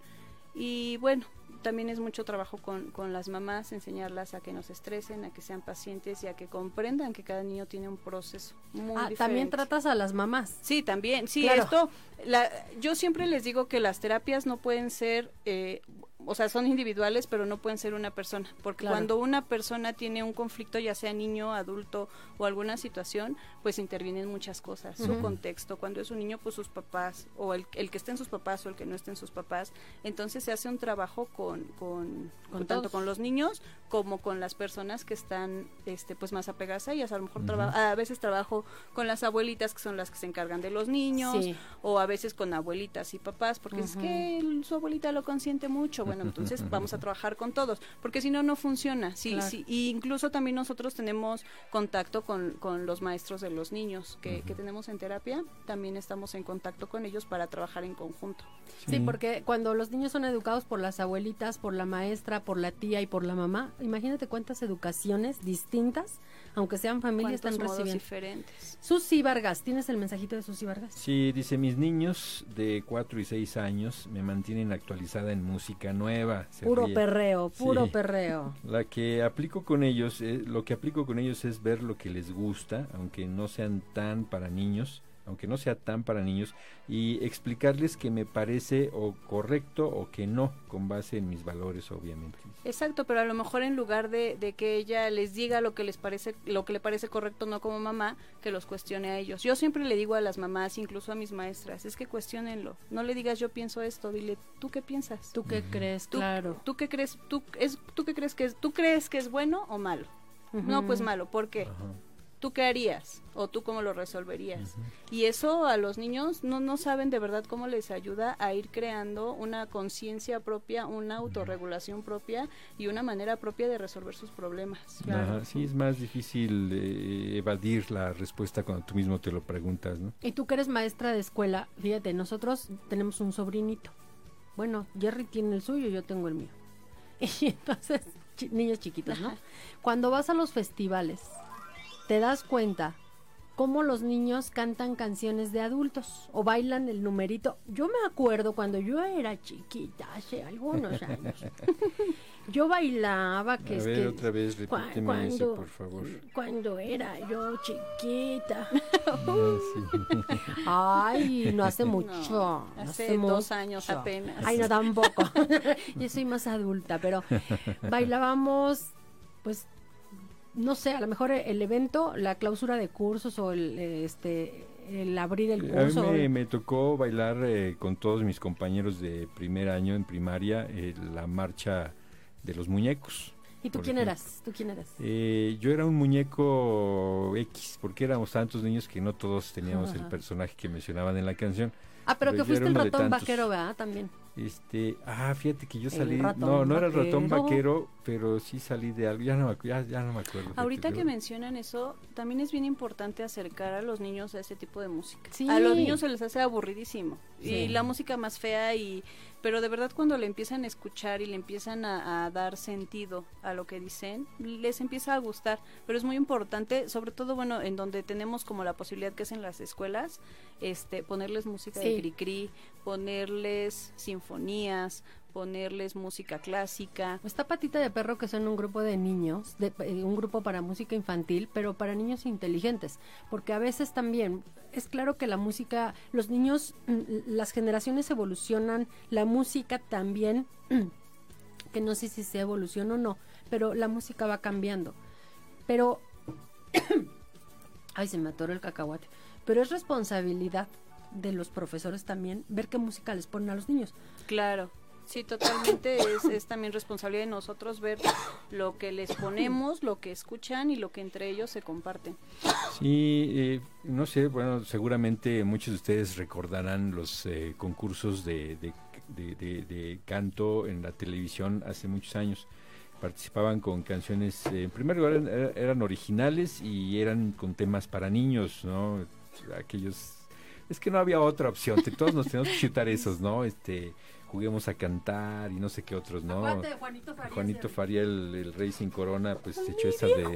Y bueno, también es mucho trabajo con, con las mamás, enseñarlas a que no se estresen, a que sean pacientes y a que comprendan que cada niño tiene un proceso muy ah, diferente. También tratas a las mamás. Sí, también, sí, claro. esto, la, yo siempre les digo que las terapias no pueden ser, eh, o sea, son individuales, pero no pueden ser una persona, porque claro. Cuando una persona tiene un conflicto, ya sea niño, adulto o alguna situación, pues intervienen muchas cosas, uh-huh. Su contexto, cuando es un niño, pues sus papás, o el, el que esté en sus papás o el que no esté en sus papás, entonces se hace un trabajo con, con, con tanto con los niños como con las personas que están, este, pues más apegadas a ellas, a lo mejor uh-huh. traba, a veces trabajo con las abuelitas que son las que se encargan de los niños, sí. O a veces con abuelitas y papás, porque uh-huh. Es que el, su abuelita lo consiente mucho, bueno, entonces vamos a trabajar con todos, porque si no, no funciona. Sí, claro. Sí, y incluso también nosotros tenemos contacto con, con los maestros de los niños que, uh-huh. que tenemos en terapia, también estamos en contacto con ellos para trabajar en conjunto. Sí. Sí, porque cuando los niños son educados por las abuelitas, por la maestra, por la tía y por la mamá, imagínate cuántas educaciones distintas, aunque sean familias, están recibiendo. Diferentes. Susi Vargas, ¿tienes el mensajito de Susi Vargas? Sí, dice, mis niños de cuatro y seis años me mantienen actualizada en música nueva. Se puro ríe. perreo, puro sí. perreo. La que aplico con ellos, eh, lo que aplico con ellos es ver lo que les gusta, aunque no sean tan para niños, aunque no sea tan para niños, y explicarles que me parece o correcto o que no, con base en mis valores, obviamente. Exacto, pero a lo mejor en lugar de, de que ella les diga lo que les parece, lo que le parece correcto, no como mamá, que los cuestione a ellos. Yo siempre le digo a las mamás, incluso a mis maestras, es que cuestionenlo. No le digas yo pienso esto, dile, ¿tú qué piensas? ¿Tú qué uh-huh. crees? ¿Tú, claro. ¿Tú qué crees? ¿Tú es tú qué crees que es? ¿Tú crees que es bueno o malo? Uh-huh. No, pues malo, ¿por qué? Uh-huh. ¿Tú qué harías? ¿O tú cómo lo resolverías? Uh-huh. Y eso a los niños no, no saben de verdad cómo les ayuda a ir creando una conciencia propia, una autorregulación propia y una manera propia de resolver sus problemas. Claro. Ajá, sí, es más difícil eh, evadir la respuesta cuando tú mismo te lo preguntas, ¿no? Y tú que eres maestra de escuela, fíjate, nosotros tenemos un sobrinito. Bueno, Jerry tiene el suyo, yo tengo el mío. Y entonces, ch- niños chiquitos, ¿no? Ajá. Cuando vas a los festivales, te das cuenta cómo los niños cantan canciones de adultos o bailan el numerito. Yo me acuerdo cuando yo era chiquita, hace algunos años, yo bailaba que a es ver, que otra vez repíteme cuando, eso, por favor. Cuando era yo chiquita. Ah, sí. Ay, no hace mucho. No, hace, hace dos mucho. años apenas. Ay, no, tampoco. Yo soy más adulta, pero bailábamos, pues, no sé, a lo mejor el evento, la clausura de cursos o el este el abrir el curso. A mí me, me tocó bailar eh, con todos mis compañeros de primer año en primaria eh, la marcha de los muñecos. ¿Y tú quién ejemplo. eras? ¿Tú quién eras? Eh, yo era un muñeco X, porque éramos tantos niños que no todos teníamos Ajá. el personaje que mencionaban en la canción. Ah, pero, pero que fuiste el ratón vaquero, ¿verdad? También. Este, ah, fíjate que yo salí, no, no era el ratón vaquero, pero sí salí de algo, ya no me, ya, ya no me acuerdo. Ahorita que mencionan eso, también es bien importante acercar a los niños a ese tipo de música. Sí. A los niños se les hace aburridísimo, sí. y la música más fea y pero de verdad cuando le empiezan a escuchar y le empiezan a, a dar sentido a lo que dicen, les empieza a gustar, pero es muy importante, sobre todo, bueno, en donde tenemos como la posibilidad que es en las escuelas, este, ponerles música Sí. de cri-cri, ponerles sinfonías, ponerles música clásica. Está Patita de Perro, que son un grupo de niños, de, eh, un grupo para música infantil, pero para niños inteligentes, porque a veces también, es claro que la música, los niños, mm, las generaciones evolucionan, la música también, que no sé si se evoluciona o no, pero la música va cambiando. Pero, ay, se me atoró el cacahuate, pero es responsabilidad de los profesores también ver qué música les ponen a los niños. Claro. Sí, totalmente, es, es también responsabilidad de nosotros ver lo que les ponemos, lo que escuchan y lo que entre ellos se comparten. Sí, eh, no sé, bueno, seguramente muchos de ustedes recordarán los eh, concursos de, de, de, de, de canto en la televisión hace muchos años. Participaban con canciones, eh, en primer lugar eran, eran originales y eran con temas para niños, ¿no? Aquellos, es que no había otra opción, todos nos tenemos que chutar esos, ¿no? Este... Juguemos a cantar y no sé qué otros, ¿no? Acuérdate, Juanito Faría, Juanito sí. Faría, el, el rey sin corona, pues se echó esa de...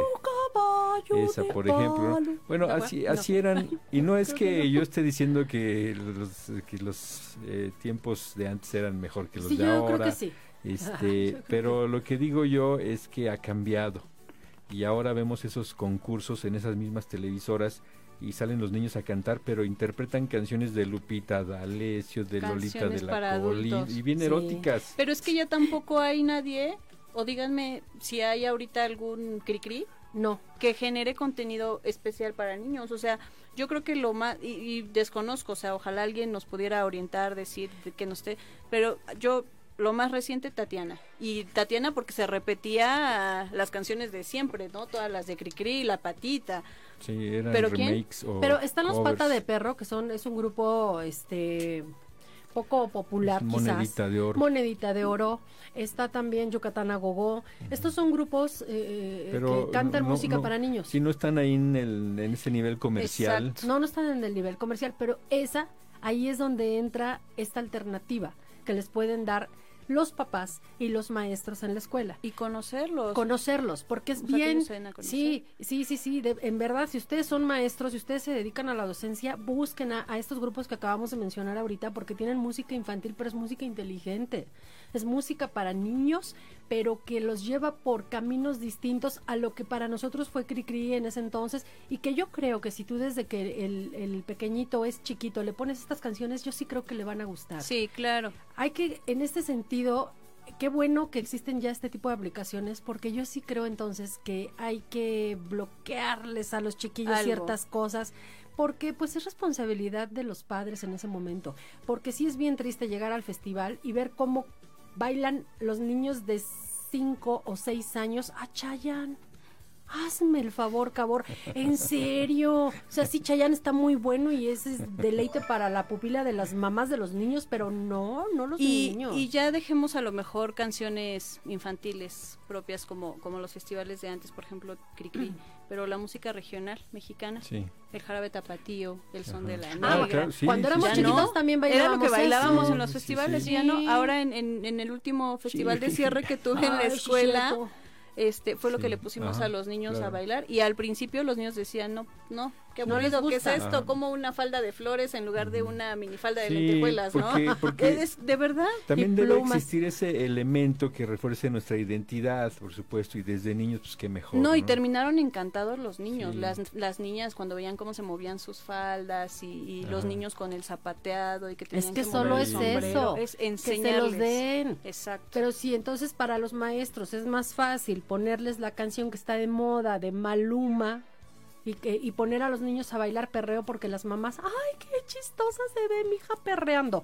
Esa, por ejemplo. ¿no? Bueno, así No. así eran, y no es Creo que que no. yo esté diciendo que los, que los eh, tiempos de antes eran mejor que los Sí, de yo ahora, creo que sí. este, Yo creo pero lo que digo yo es que ha cambiado, y ahora vemos esos concursos en esas mismas televisoras, y salen los niños a cantar, pero interpretan canciones de Lupita D'Alessio, de Lolita Canciones de para la Coli, adultos. y bien Sí. eróticas. Pero es que ya tampoco hay nadie, o díganme si hay ahorita algún cri-cri No, que genere contenido especial para niños. O sea, yo creo que lo más, y, y desconozco, o sea, ojalá alguien nos pudiera orientar, decir de que no esté, pero yo, lo más reciente, Tatiana. Y Tatiana porque se repetía las canciones de siempre, ¿no? Todas las de Cricri, La Patita. Sí, eran ¿Pero quién? remakes o pero están los covers. Pata de Perro, que son es un grupo este poco popular, Es quizás. Monedita de Oro. Monedita de Oro. Está también Yucatán a Gogó. Estos son grupos eh, Pero que cantan no- música no- para niños. Si no están ahí en, el, en ese nivel comercial. Exacto. No, no están en el nivel comercial, pero esa, ahí es donde entra esta alternativa que les pueden dar los papás y los maestros en la escuela. Y conocerlos. Conocerlos, porque es O sea, que bien, ellos se den a conocer. sí, sí, sí, sí, de- en verdad, si ustedes son maestros, si ustedes se dedican a la docencia, busquen a, a estos grupos que acabamos de mencionar ahorita, porque tienen música infantil, pero es música inteligente, es música para niños, pero que los lleva por caminos distintos a lo que para nosotros fue Cricri en ese entonces, y que yo creo que si tú desde que el, el pequeñito es chiquito le pones estas canciones, yo sí creo que le van a gustar. Sí, claro. Hay que, en este sentido, qué bueno que existen ya este tipo de aplicaciones, porque yo sí creo entonces que hay que bloquearles a los chiquillos Algo. ciertas cosas, porque pues es responsabilidad de los padres en ese momento, porque sí es bien triste llegar al festival y ver cómo bailan los niños de cinco o seis años a Chayanne. Hazme el favor, cabor, en serio. O sea, sí, Chayanne está muy bueno y ese es deleite para la pupila de las mamás de los niños, pero no, no los Y, niños. y ya dejemos a lo mejor canciones infantiles propias como, como los festivales de antes, por ejemplo, Cricri, pero la música regional mexicana, Sí. el jarabe tapatío, el son Ajá. de la Ah, negra. claro, sí, Cuando sí, éramos Ya sí. chiquitos no, también era lo bailábamos que bailábamos eso. en los Sí, sí, festivales, sí. y ya no. Sí. Ahora en, en, en el último festival de cierre que tuve en la Ay, sí, escuela, cierto. este fue lo Sí, que le pusimos ajá, a los niños claro. a bailar, y al principio los niños decían, no, no, qué No les aburrido, ¿qué es gusta. esto? Ajá. Como una falda de flores en lugar de una minifalda de Sí, lentejuelas, porque- ¿no? porque- Es de verdad. También Y debe plumas. existir ese elemento que refuerce nuestra identidad, por supuesto, y desde niños, pues qué mejor. No, y terminaron encantados los niños, Sí. las, las niñas cuando veían cómo se movían sus faldas y, y los Ajá. niños con el zapateado y que Es tenían que mover solo el es sombrero. eso, Es que se enseñarles. los den. Exacto. Pero sí, entonces para los maestros es más fácil ponerles la canción que está de moda, de Maluma, y, que, y poner a los niños a bailar perreo porque las mamás, ¡ay, qué chistosa se ve mi hija perreando!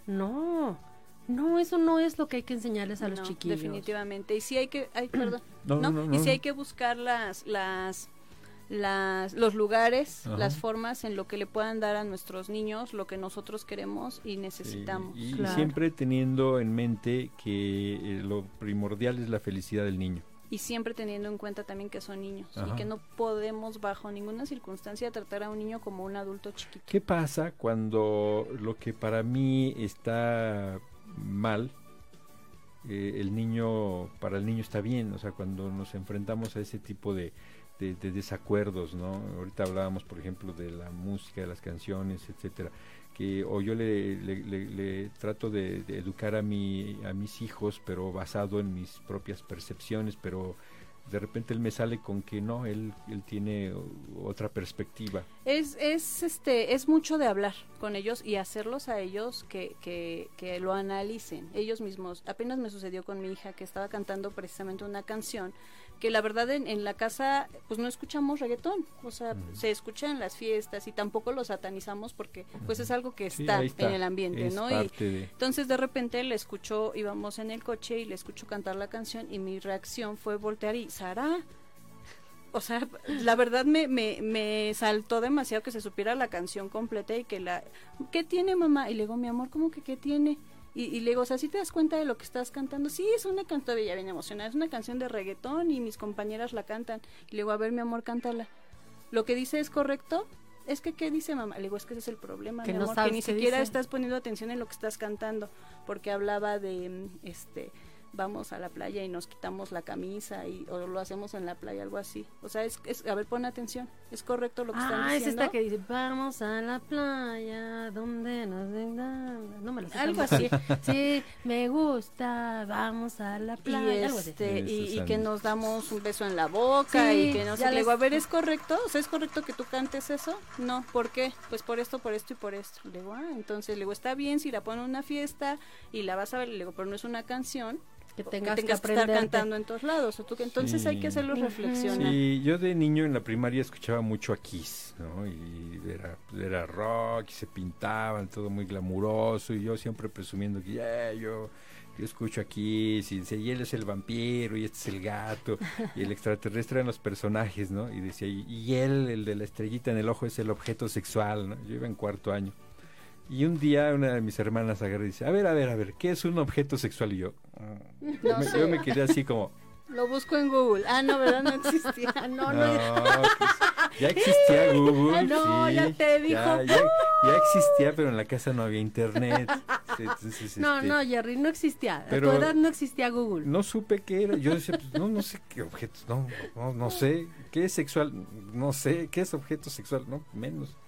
No, no, eso no es lo que hay que enseñarles a los No, chiquillos. definitivamente. Y sí hay que, ay, perdón, No, ¿no? no, no, y sí no. hay que buscar las, las, las, los lugares, Ajá. las formas en lo que le puedan dar a nuestros niños lo que nosotros queremos y Sí, necesitamos. y, y Claro. siempre teniendo en mente que eh, lo primordial es la felicidad del niño. Y siempre teniendo en cuenta también que son niños Ajá. y que no podemos bajo ninguna circunstancia tratar a un niño como un adulto chiquito. ¿Qué pasa cuando lo que para mí está mal, eh, el niño, para el niño está bien, o sea, cuando nos enfrentamos a ese tipo de, de, de desacuerdos, ¿no? Ahorita hablábamos, por ejemplo, de la música, de las canciones, etcétera, que o yo le, le, le, le trato de, de educar a mi a mis hijos, pero basado en mis propias percepciones, pero de repente él me sale con que no, él él tiene otra perspectiva. Es es este es mucho de hablar con ellos y hacerlos a ellos que que que lo analicen ellos mismos. Apenas me sucedió con mi hija que estaba cantando precisamente una canción que la verdad en, en la casa pues no escuchamos reggaetón, o sea, uh-huh. se escucha en las fiestas y tampoco lo satanizamos porque pues es algo que está, sí, está en el ambiente, ¿no? Y de... entonces de repente le escuchó, íbamos en el coche y le escucho cantar la canción y mi reacción fue voltear y Sara, o sea, la verdad me, me, me saltó demasiado que se supiera la canción completa y que la, ¿qué tiene mamá? Y le digo, mi amor, ¿cómo que qué tiene? Y, y le digo, o sea, ¿sí te das cuenta de lo que estás cantando? Sí, es una canción, ella bien emocionada, es una canción de reggaetón y mis compañeras la cantan. Y le digo, a ver, mi amor, cántala. ¿Lo que dice es correcto? Es que, ¿qué dice mamá? Le digo, es que ese es el problema, que mi no amor, que ni siquiera dice. Estás poniendo atención en lo que estás cantando, porque hablaba de, este... vamos a la playa y nos quitamos la camisa y o lo hacemos en la playa, algo así. O sea, es, es a ver, pon atención. ¿Es correcto lo que ah, están diciendo? Ah, es esta que dice, vamos a la playa, donde nos vengan. No me lo sé. Algo así. Sí, me gusta, vamos a la playa. Y, algo así. Este, y, y que nos damos un beso en la boca sí, y que no sé. Le digo, a ver, ¿es correcto? O sea, ¿es correcto que tú cantes eso? No, ¿por qué? Pues por esto, por esto y por esto. Le digo, ah, entonces, le digo, está bien si la ponen en una fiesta y la vas a ver, le digo, pero no es una canción que tengas que, tengas que, que estar cantando en todos lados, o tú que entonces sí. hay que hacerlos reflexionar. Sí, yo de niño en la primaria escuchaba mucho a Kiss, ¿no? Y era, era rock y se pintaban, todo muy glamuroso y yo siempre presumiendo que yeah, yo, yo escucho a Kiss y decía, y él es el vampiro y este es el gato y el extraterrestre eran los personajes, ¿no? Y decía, y, y él, el de la estrellita en el ojo es el objeto sexual, ¿no? Yo iba en cuarto año. Y un día una de mis hermanas agarra y dice, a ver, a ver, a ver, ¿qué es un objeto sexual? Y yo, mm. no yo, me, yo me quedé así como... Lo busco en Google. Ah, no, ¿verdad? No existía. no, no. no pues, ya existía Google. no, sí, ya te dijo. Ya, ya, ya existía, pero en la casa no había internet. Entonces, no, este, no, Jerry, no existía. Pero a tu edad no existía Google. No supe qué era. Yo decía, pues, no, no sé qué objetos, no, no, no sé. ¿Qué es sexual? No sé. ¿Qué es objeto sexual? No, menos.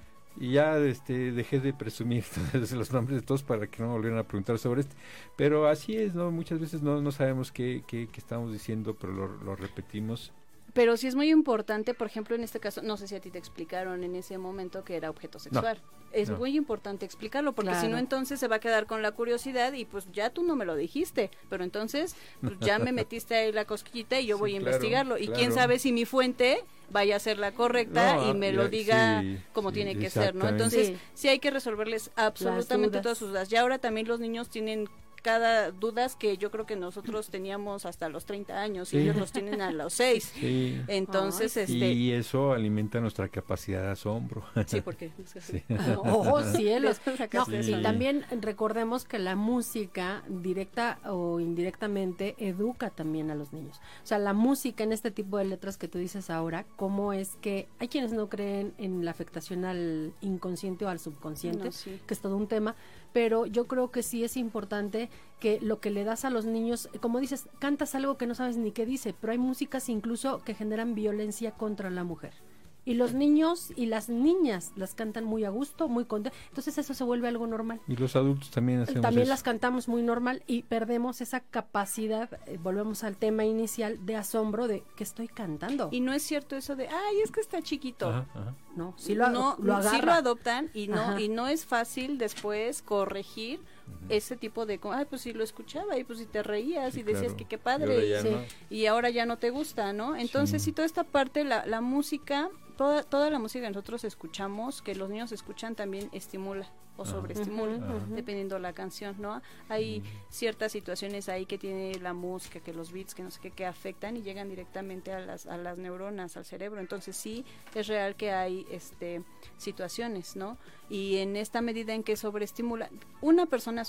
Y ya este, dejé de presumir los nombres de todos para que no me volvieran a preguntar sobre este. Pero así es, ¿no? Muchas veces no, no sabemos qué, qué, qué estamos diciendo, pero lo, lo repetimos. Pero sí es muy importante, por ejemplo, en este caso, no sé si a ti te explicaron en ese momento que era objeto sexual. No, es no. muy importante explicarlo, porque claro. si no, entonces se va a quedar con la curiosidad y pues ya tú no me lo dijiste, pero entonces pues, ya me metiste ahí la cosquillita y yo sí, voy a claro, investigarlo. Y claro. quién sabe si mi fuente vaya a ser la correcta no, y me ya, lo diga sí, como sí, tiene que ser, ¿no? Entonces sí. sí hay que resolverles absolutamente todas sus dudas. Ya ahora también los niños tienen cada dudas que yo creo que nosotros teníamos hasta los treinta años sí. y ellos los tienen a los seis. Sí. Entonces, Ay, este y eso alimenta nuestra capacidad de asombro. Sí, porque sí. oh, cielos. No, sí. Y también recordemos que la música directa o indirectamente educa también a los niños. O sea, la música en este tipo de letras que tú dices ahora, cómo es que hay quienes no creen en la afectación al inconsciente o al subconsciente, no, sí. que es todo un tema, pero yo creo que sí es importante que lo que le das a los niños, como dices, cantas algo que no sabes ni qué dice, pero hay músicas incluso que generan violencia contra la mujer. Y los niños y las niñas las cantan muy a gusto, muy contentos. Entonces eso se vuelve algo normal. Y los adultos también hacemos También eso. las cantamos muy normal y perdemos esa capacidad, eh, volvemos al tema inicial, de asombro de que estoy cantando. Y no es cierto eso de, ay, es que está chiquito. Ajá, ajá. No, sí lo, no, lo agarra. Sí lo adoptan y no, y no es fácil después corregir uh-huh. ese tipo de, ay, pues si lo escuchaba y pues si te reías sí, y decías claro. que qué padre y ahora, y, sí. no. y ahora ya no te gusta, ¿no? Entonces sí, sí toda esta parte, la, la música... Toda, toda la música que nosotros escuchamos, que los niños escuchan, también estimula o uh-huh. sobreestimula, uh-huh. dependiendo la canción, ¿no? Hay uh-huh. ciertas situaciones ahí que tiene la música, que los beats, que no sé qué, que afectan y llegan directamente a las a las neuronas, al cerebro. Entonces sí, es real que hay este situaciones, ¿no? Y en esta medida en que sobreestimula, una persona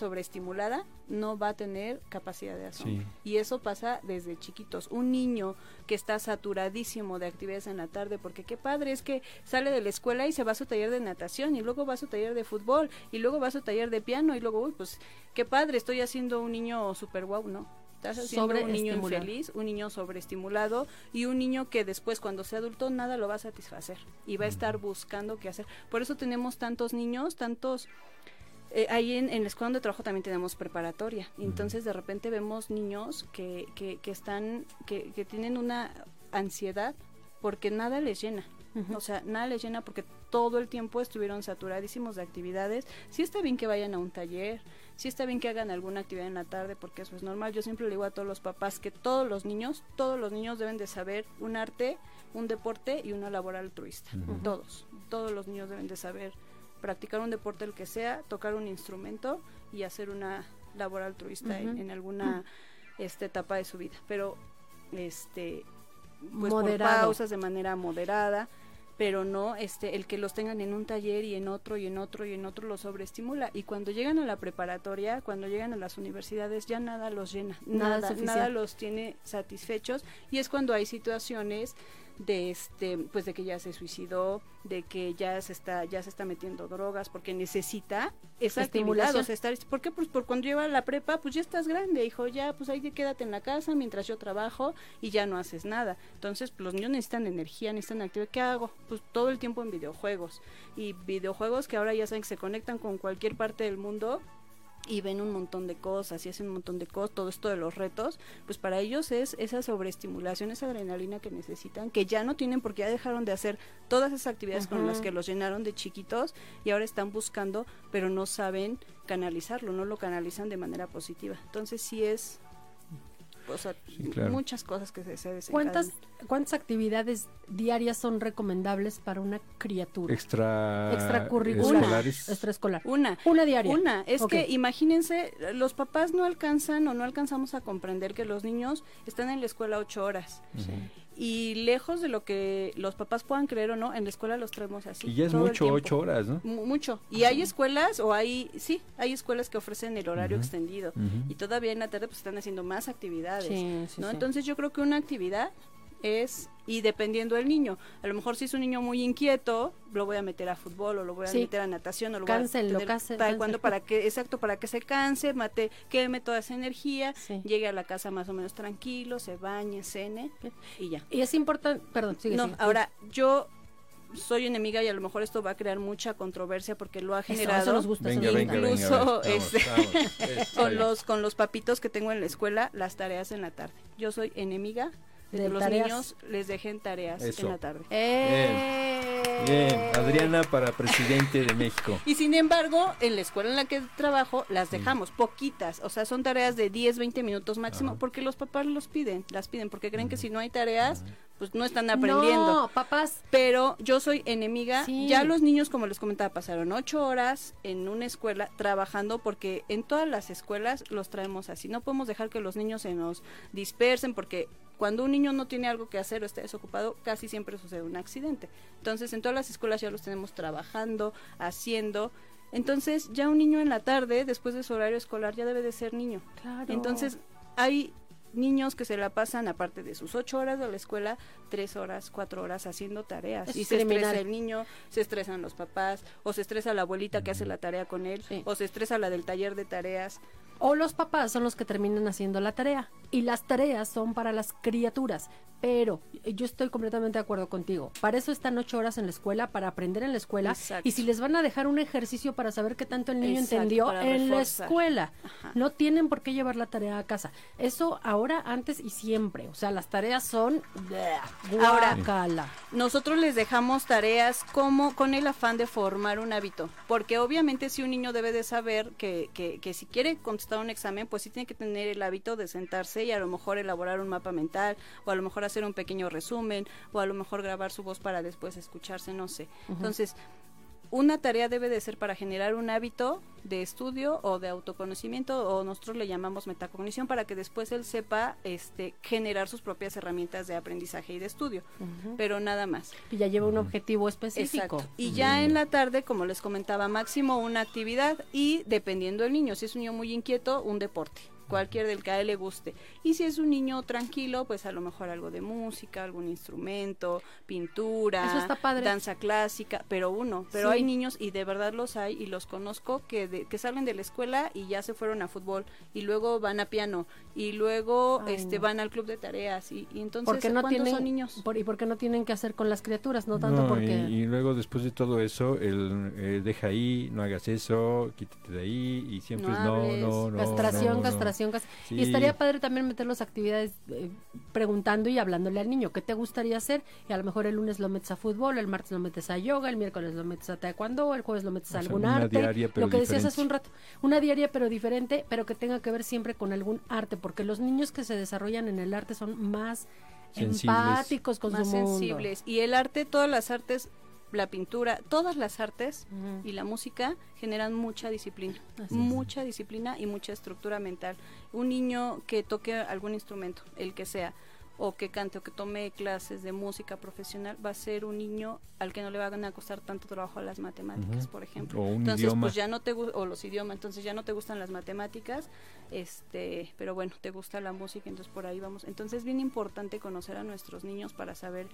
sobreestimulada no va a tener capacidad de asombro. Sí. Y eso pasa desde chiquitos. Un niño que está saturadísimo de actividades en la tarde, porque qué padre es que sale de la escuela y se va a su taller de natación, y luego va a su taller de fútbol, y luego va a su taller de piano, y luego, uy, pues qué padre, estoy haciendo un niño super guau, ¿no? Estás haciendo un niño infeliz, un niño sobreestimulado y un niño que después cuando sea adulto nada lo va a satisfacer y va a estar buscando qué hacer. Por eso tenemos tantos niños, tantos... Eh, ahí en, en la escuela donde trabajo también tenemos preparatoria. Entonces de repente vemos niños que, que, que están, que, que tienen una ansiedad porque nada les llena. Uh-huh. O sea, nada les llena porque todo el tiempo estuvieron saturadísimos de actividades. Sí está bien que vayan a un taller, sí está bien que hagan alguna actividad en la tarde, porque eso es normal. Yo siempre le digo a todos los papás que todos los niños, todos los niños deben de saber un arte, un deporte y una labor altruista. Uh-huh. Todos, todos los niños deben de saber practicar un deporte el que sea, tocar un instrumento y hacer una labor altruista uh-huh. en, en alguna uh-huh. este, etapa de su vida. Pero, este, pues Moderado. por pausas, de manera moderada, pero no este el que los tengan en un taller y en otro y en otro y en otro los sobreestimula, y cuando llegan a la preparatoria, cuando llegan a las universidades ya nada los llena, nada, nada, nada los tiene satisfechos, y es cuando hay situaciones de este pues de que ya se suicidó, de que ya se está ya se está metiendo drogas porque necesita esa actividad, o sea, estar, ¿por qué? Pues por cuando lleva a la prepa, pues ya estás grande, hijo, ya pues ahí quédate en la casa mientras yo trabajo y ya no haces nada. Entonces, pues los niños necesitan energía, necesitan actividad. ¿Qué hago? Pues todo el tiempo en videojuegos, y videojuegos que ahora ya saben que se conectan con cualquier parte del mundo y ven un montón de cosas y hacen un montón de cosas, todo esto de los retos, pues para ellos es esa sobreestimulación, esa adrenalina que necesitan, que ya no tienen porque ya dejaron de hacer todas esas actividades uh-huh. con las que los llenaron de chiquitos y ahora están buscando, pero no saben canalizarlo, no lo canalizan de manera positiva. Entonces sí es, o sea, sí, claro. muchas cosas que se, se desencadenan. ¿Cuántas, ¿Cuántas actividades diarias son recomendables para una criatura? Extra... Extracurricular. Extraescolar. Una. Una diaria. Una. Es okay. que imagínense, los papás no alcanzan o no alcanzamos a comprender que los niños están en la escuela ocho horas. Sí. Y lejos de lo que los papás puedan creer o no, en la escuela los traemos así. Y ya es mucho, ocho horas, ¿no? M- mucho. Y hay escuelas, o hay, sí, hay escuelas que ofrecen el horario uh-huh. extendido. Uh-huh. Y todavía en la tarde pues están haciendo más actividades, sí, sí, ¿no? Sí. Entonces yo creo que una actividad es, y dependiendo del niño, a lo mejor si es un niño muy inquieto, lo voy a meter a fútbol, o lo voy a sí. meter a natación, o lo Cancel, voy a meter taekwondo para que, exacto, para que se canse, mate, queme toda esa energía, sí. llegue a la casa más o menos tranquilo, se bañe, cene, y ya. Y es importante, perdón, sigue, No, sigue, ahora, sigue. yo soy enemiga, y a lo mejor esto va a crear mucha controversia porque lo ha generado, eso, eso nos gusta, venga, venga, incluso venga, este, vamos, vamos, con los con los papitos que tengo en la escuela, las tareas en la tarde. Yo soy enemiga de que los tareas. niños les dejen tareas eso. en la tarde. ¡Eh! Bien. Bien, Adriana para presidente de México. Y sin embargo, en la escuela en la que trabajo las dejamos, mm. poquitas, o sea, son tareas de diez, veinte minutos máximo, Ajá. porque los papás los piden, las piden, porque creen mm. que si no hay tareas, mm. pues no están aprendiendo. No, papás. Pero yo soy enemiga, sí. ya los niños, como les comentaba, pasaron ocho horas en una escuela trabajando, porque en todas las escuelas los traemos así, no podemos dejar que los niños se nos dispersen, porque cuando un niño no tiene algo que hacer o está desocupado, casi siempre sucede un accidente. Entonces, en todas las escuelas ya los tenemos trabajando, haciendo. Entonces, ya un niño en la tarde, después de su horario escolar, ya debe de ser niño. Claro. Entonces, hay niños que se la pasan, aparte de sus ocho horas de la escuela, tres horas, cuatro horas haciendo tareas. Es y criminal. Se estresa el niño, se estresan los papás, o se estresa la abuelita que hace la tarea con él, sí. o se estresa la del taller de tareas. O los papás son los que terminan haciendo la tarea. Y las tareas son para las criaturas. Pero yo estoy completamente de acuerdo contigo. Para eso están ocho horas en la escuela, para aprender en la escuela. Exacto. Y si les van a dejar un ejercicio para saber qué tanto el niño Exacto, entendió en reforzar. la escuela. Ajá. No tienen por qué llevar la tarea a casa. Eso ahora, antes y siempre. O sea, las tareas son... Ahora, nosotros les dejamos tareas como con el afán de formar un hábito. Porque obviamente si un niño debe de saber que, que, que si quiere contestar un examen, pues sí tiene que tener el hábito de sentarse y a lo mejor elaborar un mapa mental, o a lo mejor hacer un pequeño resumen, o a lo mejor grabar su voz para después escucharse, no sé. Uh-huh. Entonces, una tarea debe de ser para generar un hábito de estudio o de autoconocimiento, o nosotros le llamamos metacognición, para que después él sepa este generar sus propias herramientas de aprendizaje y de estudio, uh-huh. pero nada más. Y ya lleva un objetivo específico. Exacto. Y ya en la tarde, como les comentaba, máximo una actividad, y dependiendo del niño, si es un niño muy inquieto, un deporte, cualquier del que a él le guste. Y si es un niño tranquilo, pues a lo mejor algo de música, algún instrumento, pintura, eso está padre. Danza clásica, pero uno, pero sí. Hay niños, y de verdad los hay, y los conozco, que de, que salen de la escuela y ya se fueron a fútbol, y luego van a piano, y luego Ay, este no. van al club de tareas, y, y entonces, ¿Por qué no ¿cuántos tienen, son niños? Por, ¿Y por qué no tienen que hacer con las criaturas? No tanto no, porque... Y, y luego después de todo eso, el eh, deja ahí, no hagas eso, quítate de ahí, y siempre no es no, no, no. Castración, no, castración, no. castración. Sí. Y estaría padre también meter las actividades eh, preguntando y hablándole al niño, ¿qué te gustaría hacer? Y a lo mejor el lunes lo metes a fútbol, el martes lo metes a yoga, el miércoles lo metes a taekwondo, el jueves lo metes a o sea, algún una arte. Diaria, pero lo que decías diferente. hace un rato, una diaria pero diferente, pero que tenga que ver siempre con algún arte, porque los niños que se desarrollan en el arte son más sensibles, empáticos con más su mundo. sensibles. Y el arte, todas las artes, la pintura, todas las artes uh-huh. y la música generan mucha disciplina, Así mucha es. disciplina y mucha estructura mental. Un niño que toque algún instrumento, el que sea, o que cante o que tome clases de música profesional, va a ser un niño al que no le van a costar tanto trabajo a las matemáticas, uh-huh. por ejemplo. O un entonces, idioma. pues ya no te o los idiomas, entonces ya no te gustan las matemáticas, este, pero bueno, te gusta la música, entonces por ahí vamos. Entonces es bien importante conocer a nuestros niños para saber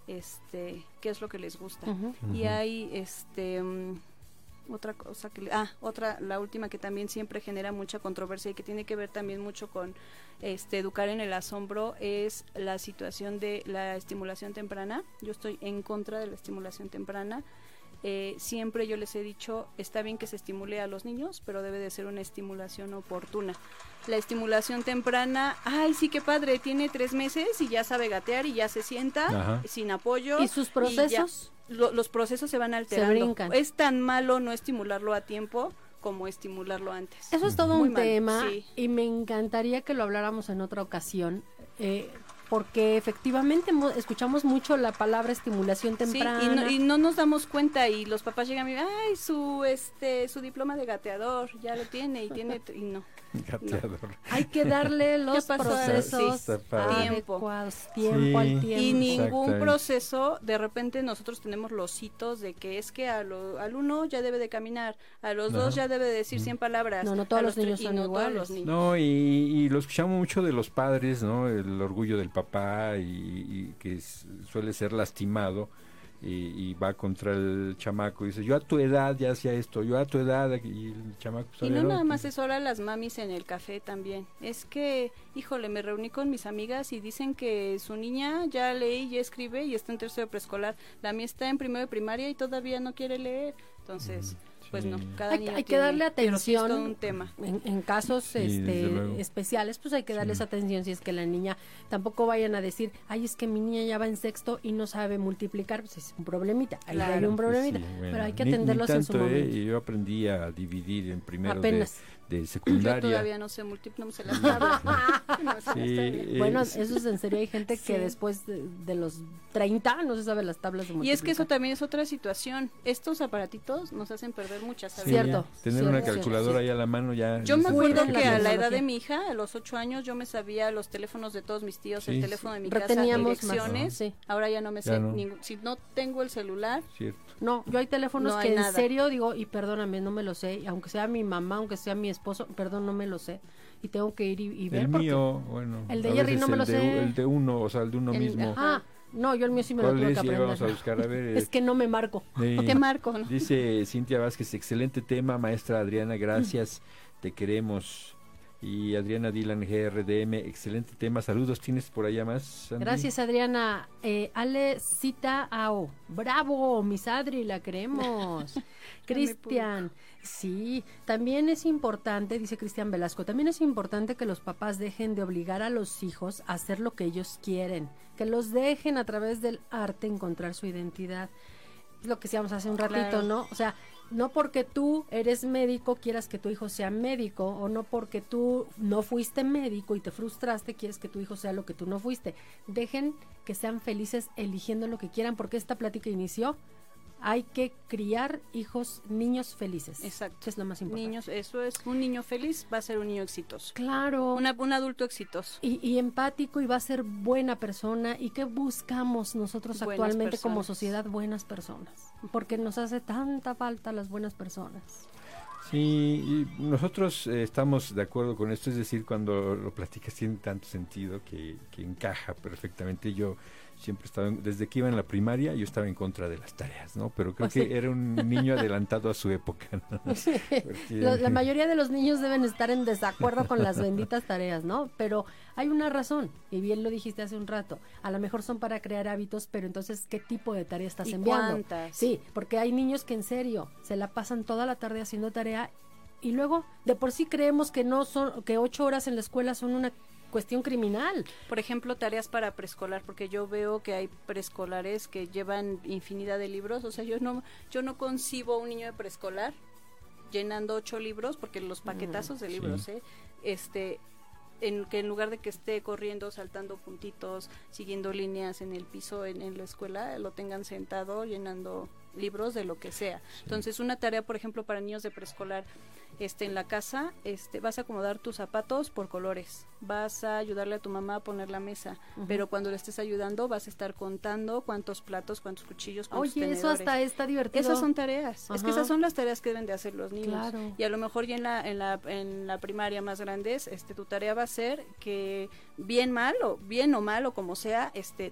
este qué es lo que les gusta. Uh-huh. Y uh-huh. hay este um, otra cosa que ah otra la última que también siempre genera mucha controversia y que tiene que ver también mucho con este educar en el asombro, es la situación de la estimulación temprana. Yo estoy en contra de la estimulación temprana. Eh, siempre yo les he dicho, está bien que se estimule a los niños, pero debe de ser una estimulación oportuna. La estimulación temprana, ay sí, qué padre, tiene tres meses y ya sabe gatear y ya se sienta, Ajá. sin apoyo. ¿Y sus procesos? Y ya, lo, los procesos se van alterando. Se brincan. Es tan malo no estimularlo a tiempo como estimularlo antes. Eso es todo Muy un mal, tema sí. y me encantaría que lo habláramos en otra ocasión. Eh, porque efectivamente mo- escuchamos mucho la palabra estimulación temprana. Sí, y, no, y no nos damos cuenta, y los papás llegan y dicen, ay, su este su diploma de gateador, ya lo tiene, y tiene, t-", y no. Gateador. No. Hay que darle los procesos sí, adecuados, tiempo sí, al tiempo. Y ningún proceso, de repente nosotros tenemos los hitos de que es que a lo, al uno ya debe de caminar, a los no. dos ya debe de decir cien palabras. No, no todos los, los niños son no iguales. Todos los niños. No, y, y lo escuchamos mucho de los padres, ¿no? El orgullo del papá y, y que es, suele ser lastimado y, y va contra el chamaco y dice, yo a tu edad ya hacía esto, yo a tu edad, y el chamaco... Y no nada más es ahora las mamis en el café también, es que, híjole, me reuní con mis amigas y dicen que su niña ya lee, ya escribe y está en tercero de preescolar, la mía está en primero de primaria y todavía no quiere leer, entonces... Mm. Pues no, cada hay, niño hay que tiene, darle atención es todo un tema. En, en casos sí, este, especiales, pues hay que darles sí. atención si es que la niña, tampoco vayan a decir, ay, es que mi niña ya va en sexto y no sabe multiplicar, pues es un problemita, ahí claro. hay un problemita, pues sí, bueno, pero hay que ni, atenderlos ni tanto, en su momento. Eh, yo aprendí a dividir en primero Apenas. de, de secundaria. Yo todavía no sé multiplicar, no sé las tablas. no sé sí, eh, bueno, eso es en serio, hay gente que sí. después de, de los treinta no se sabe las tablas de multiplicar. Y es que eso también es otra situación, estos aparatitos nos hacen perder muchas sí, habilidades. cierto. Tener cierto, una calculadora cierto. ahí a la mano ya... Yo me acuerdo que la a la edad de mi hija, a los ocho años, yo me sabía los teléfonos de todos mis tíos, sí, el teléfono de mi casa, direcciones. Sí. Ahora ya no me ya sé, no. Ningún, si no tengo el celular. Cierto. No, yo hay teléfonos no que hay en nada. serio digo, y perdóname, no me lo sé, aunque sea mi mamá, aunque sea mi esposo, perdón, no me lo sé. Y tengo que ir y, y ver. El mío, bueno. El de Jerry no me lo de, sé. El de uno, o sea, el de uno el, mismo. Ajá. No, yo el mío sí me lo tuve que aprender. Vamos a buscar, a ver, es que no me marco. Eh, ¿Qué marco? No? Dice Cintia Vázquez, excelente tema, maestra Adriana, gracias, te queremos. Y Adriana Dylan G R D M, excelente tema, saludos, ¿tienes por allá más, Sandy? Gracias, Adriana. Eh, Ale Cita Ao, bravo, Miss Adri, la queremos. Cristian, sí, también es importante, dice Cristian Velasco, también es importante que los papás dejen de obligar a los hijos a hacer lo que ellos quieren, que los dejen a través del arte encontrar su identidad. Es lo que decíamos hace un ratito, claro. ¿no? O sea, no porque tú eres médico quieras que tu hijo sea médico, o no porque tú no fuiste médico y te frustraste quieres que tu hijo sea lo que tú no fuiste. Dejen que sean felices eligiendo lo que quieran, porque esta plática inició hay que criar hijos, niños felices. Exacto. Que es lo más importante. Niños, eso es, un niño feliz va a ser un niño exitoso. Claro. Una, un adulto exitoso. Y, y empático, y va a ser buena persona. ¿Y qué buscamos nosotros Buenas actualmente personas. como sociedad? Buenas personas. Porque nos hace tanta falta las buenas personas. Sí, y nosotros eh, estamos de acuerdo con esto, es decir, cuando lo platicas tiene tanto sentido que, que encaja perfectamente. Yo siempre estaba, en- desde que iba en la primaria, yo estaba en contra de las tareas, ¿no? Pero creo ¿Ah, sí? que era un niño adelantado a su época, ¿no? Porque- La, la mayoría de los niños deben estar en desacuerdo con las benditas tareas, ¿no? Pero hay una razón, y bien lo dijiste hace un rato. A lo mejor son para crear hábitos, pero entonces, ¿qué tipo de tarea estás ¿Y enviando? cuántas? Sí, porque hay niños que en serio se la pasan toda la tarde haciendo tarea y luego de por sí creemos que no son, que ocho horas en la escuela son una cuestión criminal. Por ejemplo, tareas para preescolar, porque yo veo que hay preescolares que llevan infinidad de libros. O sea, yo no, yo no concibo un niño de preescolar llenando ocho libros, porque los paquetazos de libros, sí. ¿eh? Este, en que en lugar de que esté corriendo, saltando puntitos, siguiendo líneas en el piso, en, en la escuela, lo tengan sentado llenando libros de lo que sea. Sí. Entonces, una tarea, por ejemplo, para niños de preescolar, este, en la casa, este, vas a acomodar tus zapatos por colores, vas a ayudarle a tu mamá a poner la mesa, Ujú. pero cuando le estés ayudando vas a estar contando cuántos platos, cuántos cuchillos, cuántos Oye, eso tenedores. hasta está divertido. Esas son tareas, es que Ajá. esas son las tareas que deben de hacer los niños. Claro. Y a lo mejor ya en la, en la, en la primaria más grandes, este, tu tarea va a ser que bien mal o bien o mal o como sea, este,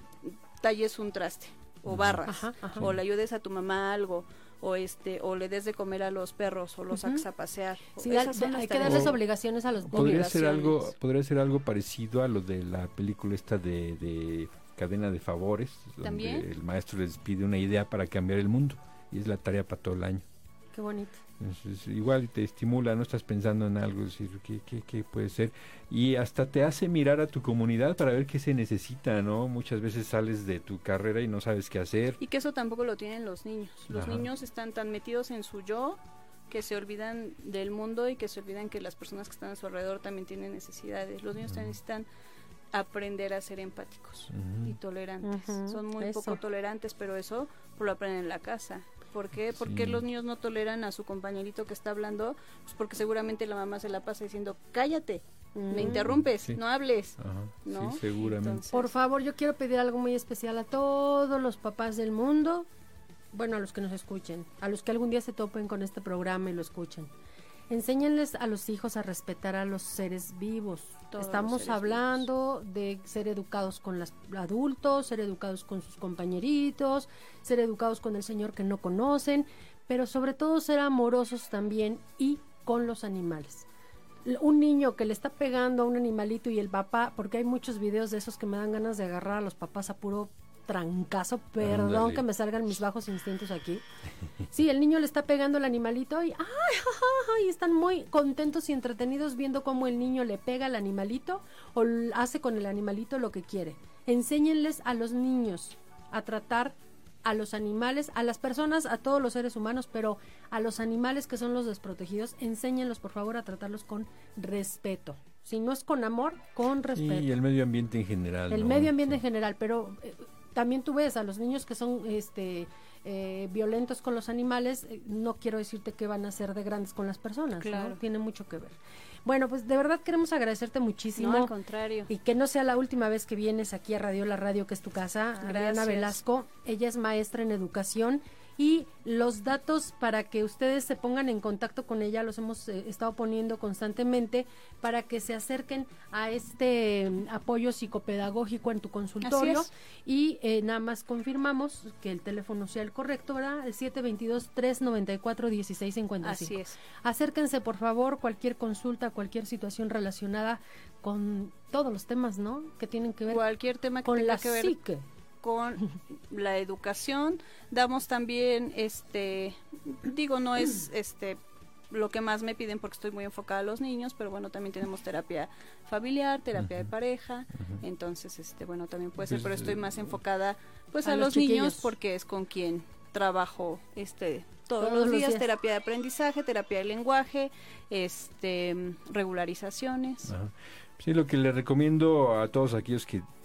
talles un traste o barras, Ajá, ajá. o le ayudes a tu mamá algo, o este, o le des de comer a los perros, o los Ujú. saques a pasear. Sí, Esas da- son las hay que tareas. darles O- obligaciones a los Podría niños. ser algo, obligaciones. podría ser algo parecido a lo de la película esta de, de Cadena de Favores, donde ¿También? el maestro les pide una idea para cambiar el mundo y es la tarea para todo el año. Qué bonito. Entonces, igual te estimula, no estás pensando en algo, decir qué, qué, qué puede ser, y hasta te hace mirar a tu comunidad para ver qué se necesita, ¿no? Muchas veces sales de tu carrera y no sabes qué hacer. Y que eso tampoco lo tienen los niños. Los Ajá. niños están tan metidos en su yo que se olvidan del mundo y que se olvidan que las personas que están a su alrededor también tienen necesidades. Los niños también necesitan aprender a ser empáticos Ujú. y tolerantes. Ujú, Son muy eso. poco tolerantes, pero eso lo aprenden en la casa. ¿Por qué? ¿Por qué Sí. los niños no toleran a su compañerito que está hablando? Pues porque seguramente la mamá se la pasa diciendo, cállate, me Mm. interrumpes, Sí. no hables. Ajá, ¿No? sí, seguramente. Entonces, Por favor, yo quiero pedir algo muy especial a todos los papás del mundo, bueno, a los que nos escuchen, a los que algún día se topen con este programa y lo escuchen. Enséñenles a los hijos a respetar a los seres vivos. Todos los Estamos seres hablando de ser educados con los adultos, ser educados con sus compañeritos, ser educados con el Señor que no conocen, pero sobre todo ser amorosos también y con los animales. L- Un niño que le está pegando a un animalito y el papá, porque hay muchos videos de esos que me dan ganas de agarrar a los papás a puro trancazo, perdón Ándale. que me salgan mis bajos instintos aquí. Sí, el niño le está pegando al animalito y ¡ay, ay, ay! Están muy contentos y entretenidos viendo cómo el niño le pega al animalito o l- hace con el animalito lo que quiere. Enséñenles a los niños a tratar a los animales, a las personas, a todos los seres humanos, pero a los animales que son los desprotegidos, enséñenlos por favor a tratarlos con respeto. Si no es con amor, con Sí, respeto. y el medio ambiente en general. El ¿no? medio ambiente Sí. en general, pero eh, también tú ves a los niños que son este eh, violentos con los animales, eh, no quiero decirte que van a ser de grandes con las personas, Claro. ¿no? Tiene mucho que ver. Bueno, pues de verdad queremos agradecerte muchísimo. no, al contrario. Y que no sea la última vez que vienes aquí a Radio La Radio, que es tu casa. Adriana Gracias. Velasco, ella es maestra en educación y los datos para que ustedes se pongan en contacto con ella los hemos eh, estado poniendo constantemente para que se acerquen a este mm, apoyo psicopedagógico en tu consultorio. Así es. Y eh, nada más confirmamos que el teléfono sea el correcto, ¿verdad? El siete dos dos, tres nueve cuatro, uno seis cinco cinco. Así es. Acérquense, por favor, cualquier consulta, cualquier situación relacionada con todos los temas, ¿no? Que tienen que ver Cualquier tema que con tenga la que ver psique. con la educación. Damos también, este, digo, no es este lo que más me piden porque estoy muy enfocada a los niños, pero bueno, también tenemos terapia familiar, terapia de pareja, entonces, este, bueno, también puede ser, Pues, pero estoy eh, más enfocada, pues, a a, los los, niños chiquillos. porque es con quien trabajo, este, todos, Todos los los días, días. terapia de aprendizaje, terapia de lenguaje, este, regularizaciones. Ajá. Sí, lo que le recomiendo a todos aquellos que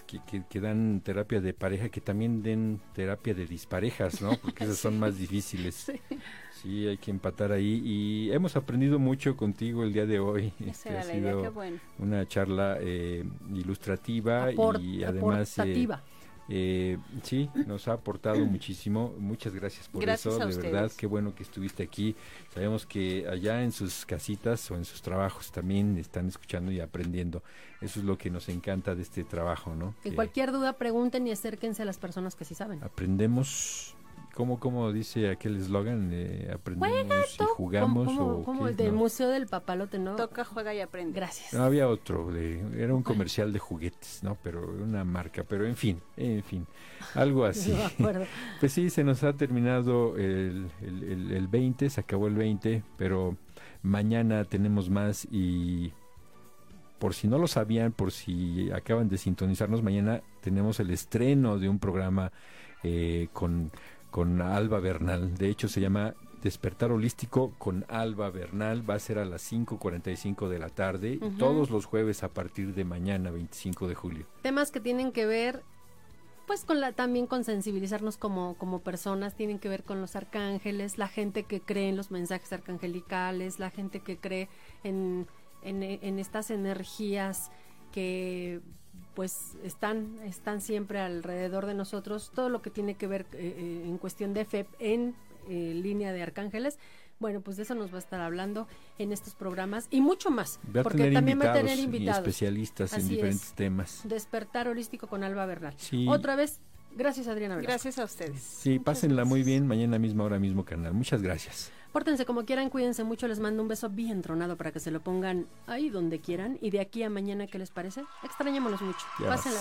que, que, que dan terapia de pareja, que también den terapia de disparejas, ¿no? Porque esas sí. son más difíciles. Sí. sí, hay que empatar ahí. Y hemos aprendido mucho contigo el día de hoy. Esa era ha la sido idea, qué bueno. Una charla eh, ilustrativa Aport, y además... aportativa. Eh, Eh, sí, nos ha aportado muchísimo. Muchas gracias por gracias eso, a de ustedes. verdad, qué bueno que estuviste aquí. Sabemos que allá en sus casitas o en sus trabajos también están escuchando y aprendiendo. Eso es lo que nos encanta de este trabajo, ¿no? Que que cualquier duda pregunten y acérquense a las personas que sí saben. Aprendemos, ¿cómo, cómo dice aquel eslogan? Eh, aprendemos juega, y jugamos. como, o como qué? el del No. Museo del Papalote, ¿no? Toca, juega y aprende. Gracias. No, había otro, de, era un comercial de juguetes, ¿no? Pero una marca, pero en fin, en fin, algo así. No me acuerdo. Pues sí, se nos ha terminado el, el, el, el veinte, se acabó el veinte, pero mañana tenemos más y por si no lo sabían, por si acaban de sintonizarnos, mañana tenemos el estreno de un programa eh, con, con Alba Bernal. De hecho se llama Despertar Holístico con Alba Bernal. Va a ser a las cinco cuarenta y cinco de la tarde, uh-huh. todos los jueves a partir de mañana, veinticinco de julio. Temas que tienen que ver pues con la también con sensibilizarnos como, como personas, tienen que ver con los arcángeles, la gente que cree en los mensajes arcangelicales, la gente que cree en, en, en estas energías que pues están, están siempre alrededor de nosotros, todo lo que tiene que ver eh, en cuestión de fe en eh, línea de arcángeles. Bueno, pues de eso nos va a estar hablando en estos programas y mucho más, va porque también va a tener invitados y especialistas Así en diferentes es. temas. Despertar Holístico con Alba Bernal. Sí. Otra vez, gracias Adriana Velasco. Gracias a ustedes. Sí, Muchas pásenla gracias. muy bien, mañana mismo, ahora mismo, canal. Muchas gracias. Pórtense como quieran, cuídense mucho, les mando un beso bien tronado para que se lo pongan ahí donde quieran y de aquí a mañana, ¿qué les parece? Extrañémonos mucho. Ya Pásenla vas.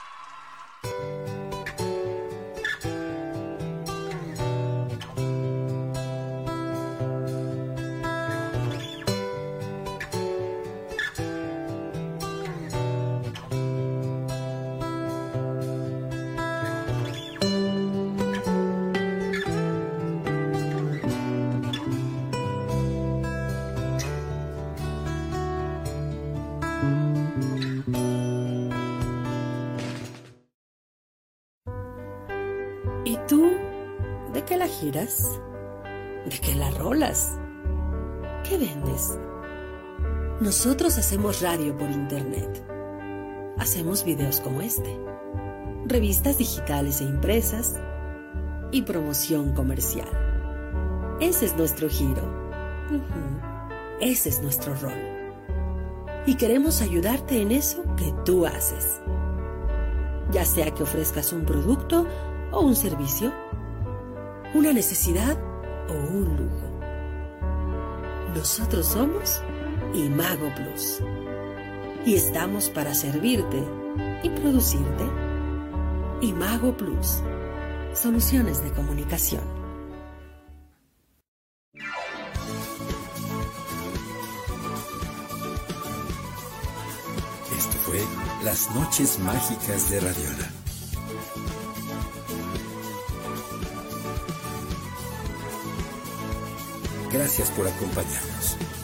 bien. ¿Y tú? ¿De qué la giras? ¿De qué la rolas? ¿Qué vendes? Nosotros hacemos radio por internet. Hacemos videos como este, revistas digitales e impresas y promoción comercial. Ese es nuestro giro. Uh-huh. Ese es nuestro rol. Y queremos ayudarte en eso que tú haces. Ya sea que ofrezcas un producto o un servicio, una necesidad o un lujo. Nosotros somos Imago Plus y estamos para servirte y producirte. Imago Plus, soluciones de comunicación. Esto fue Las Noches Mágicas de Radiola. Gracias por acompañarnos.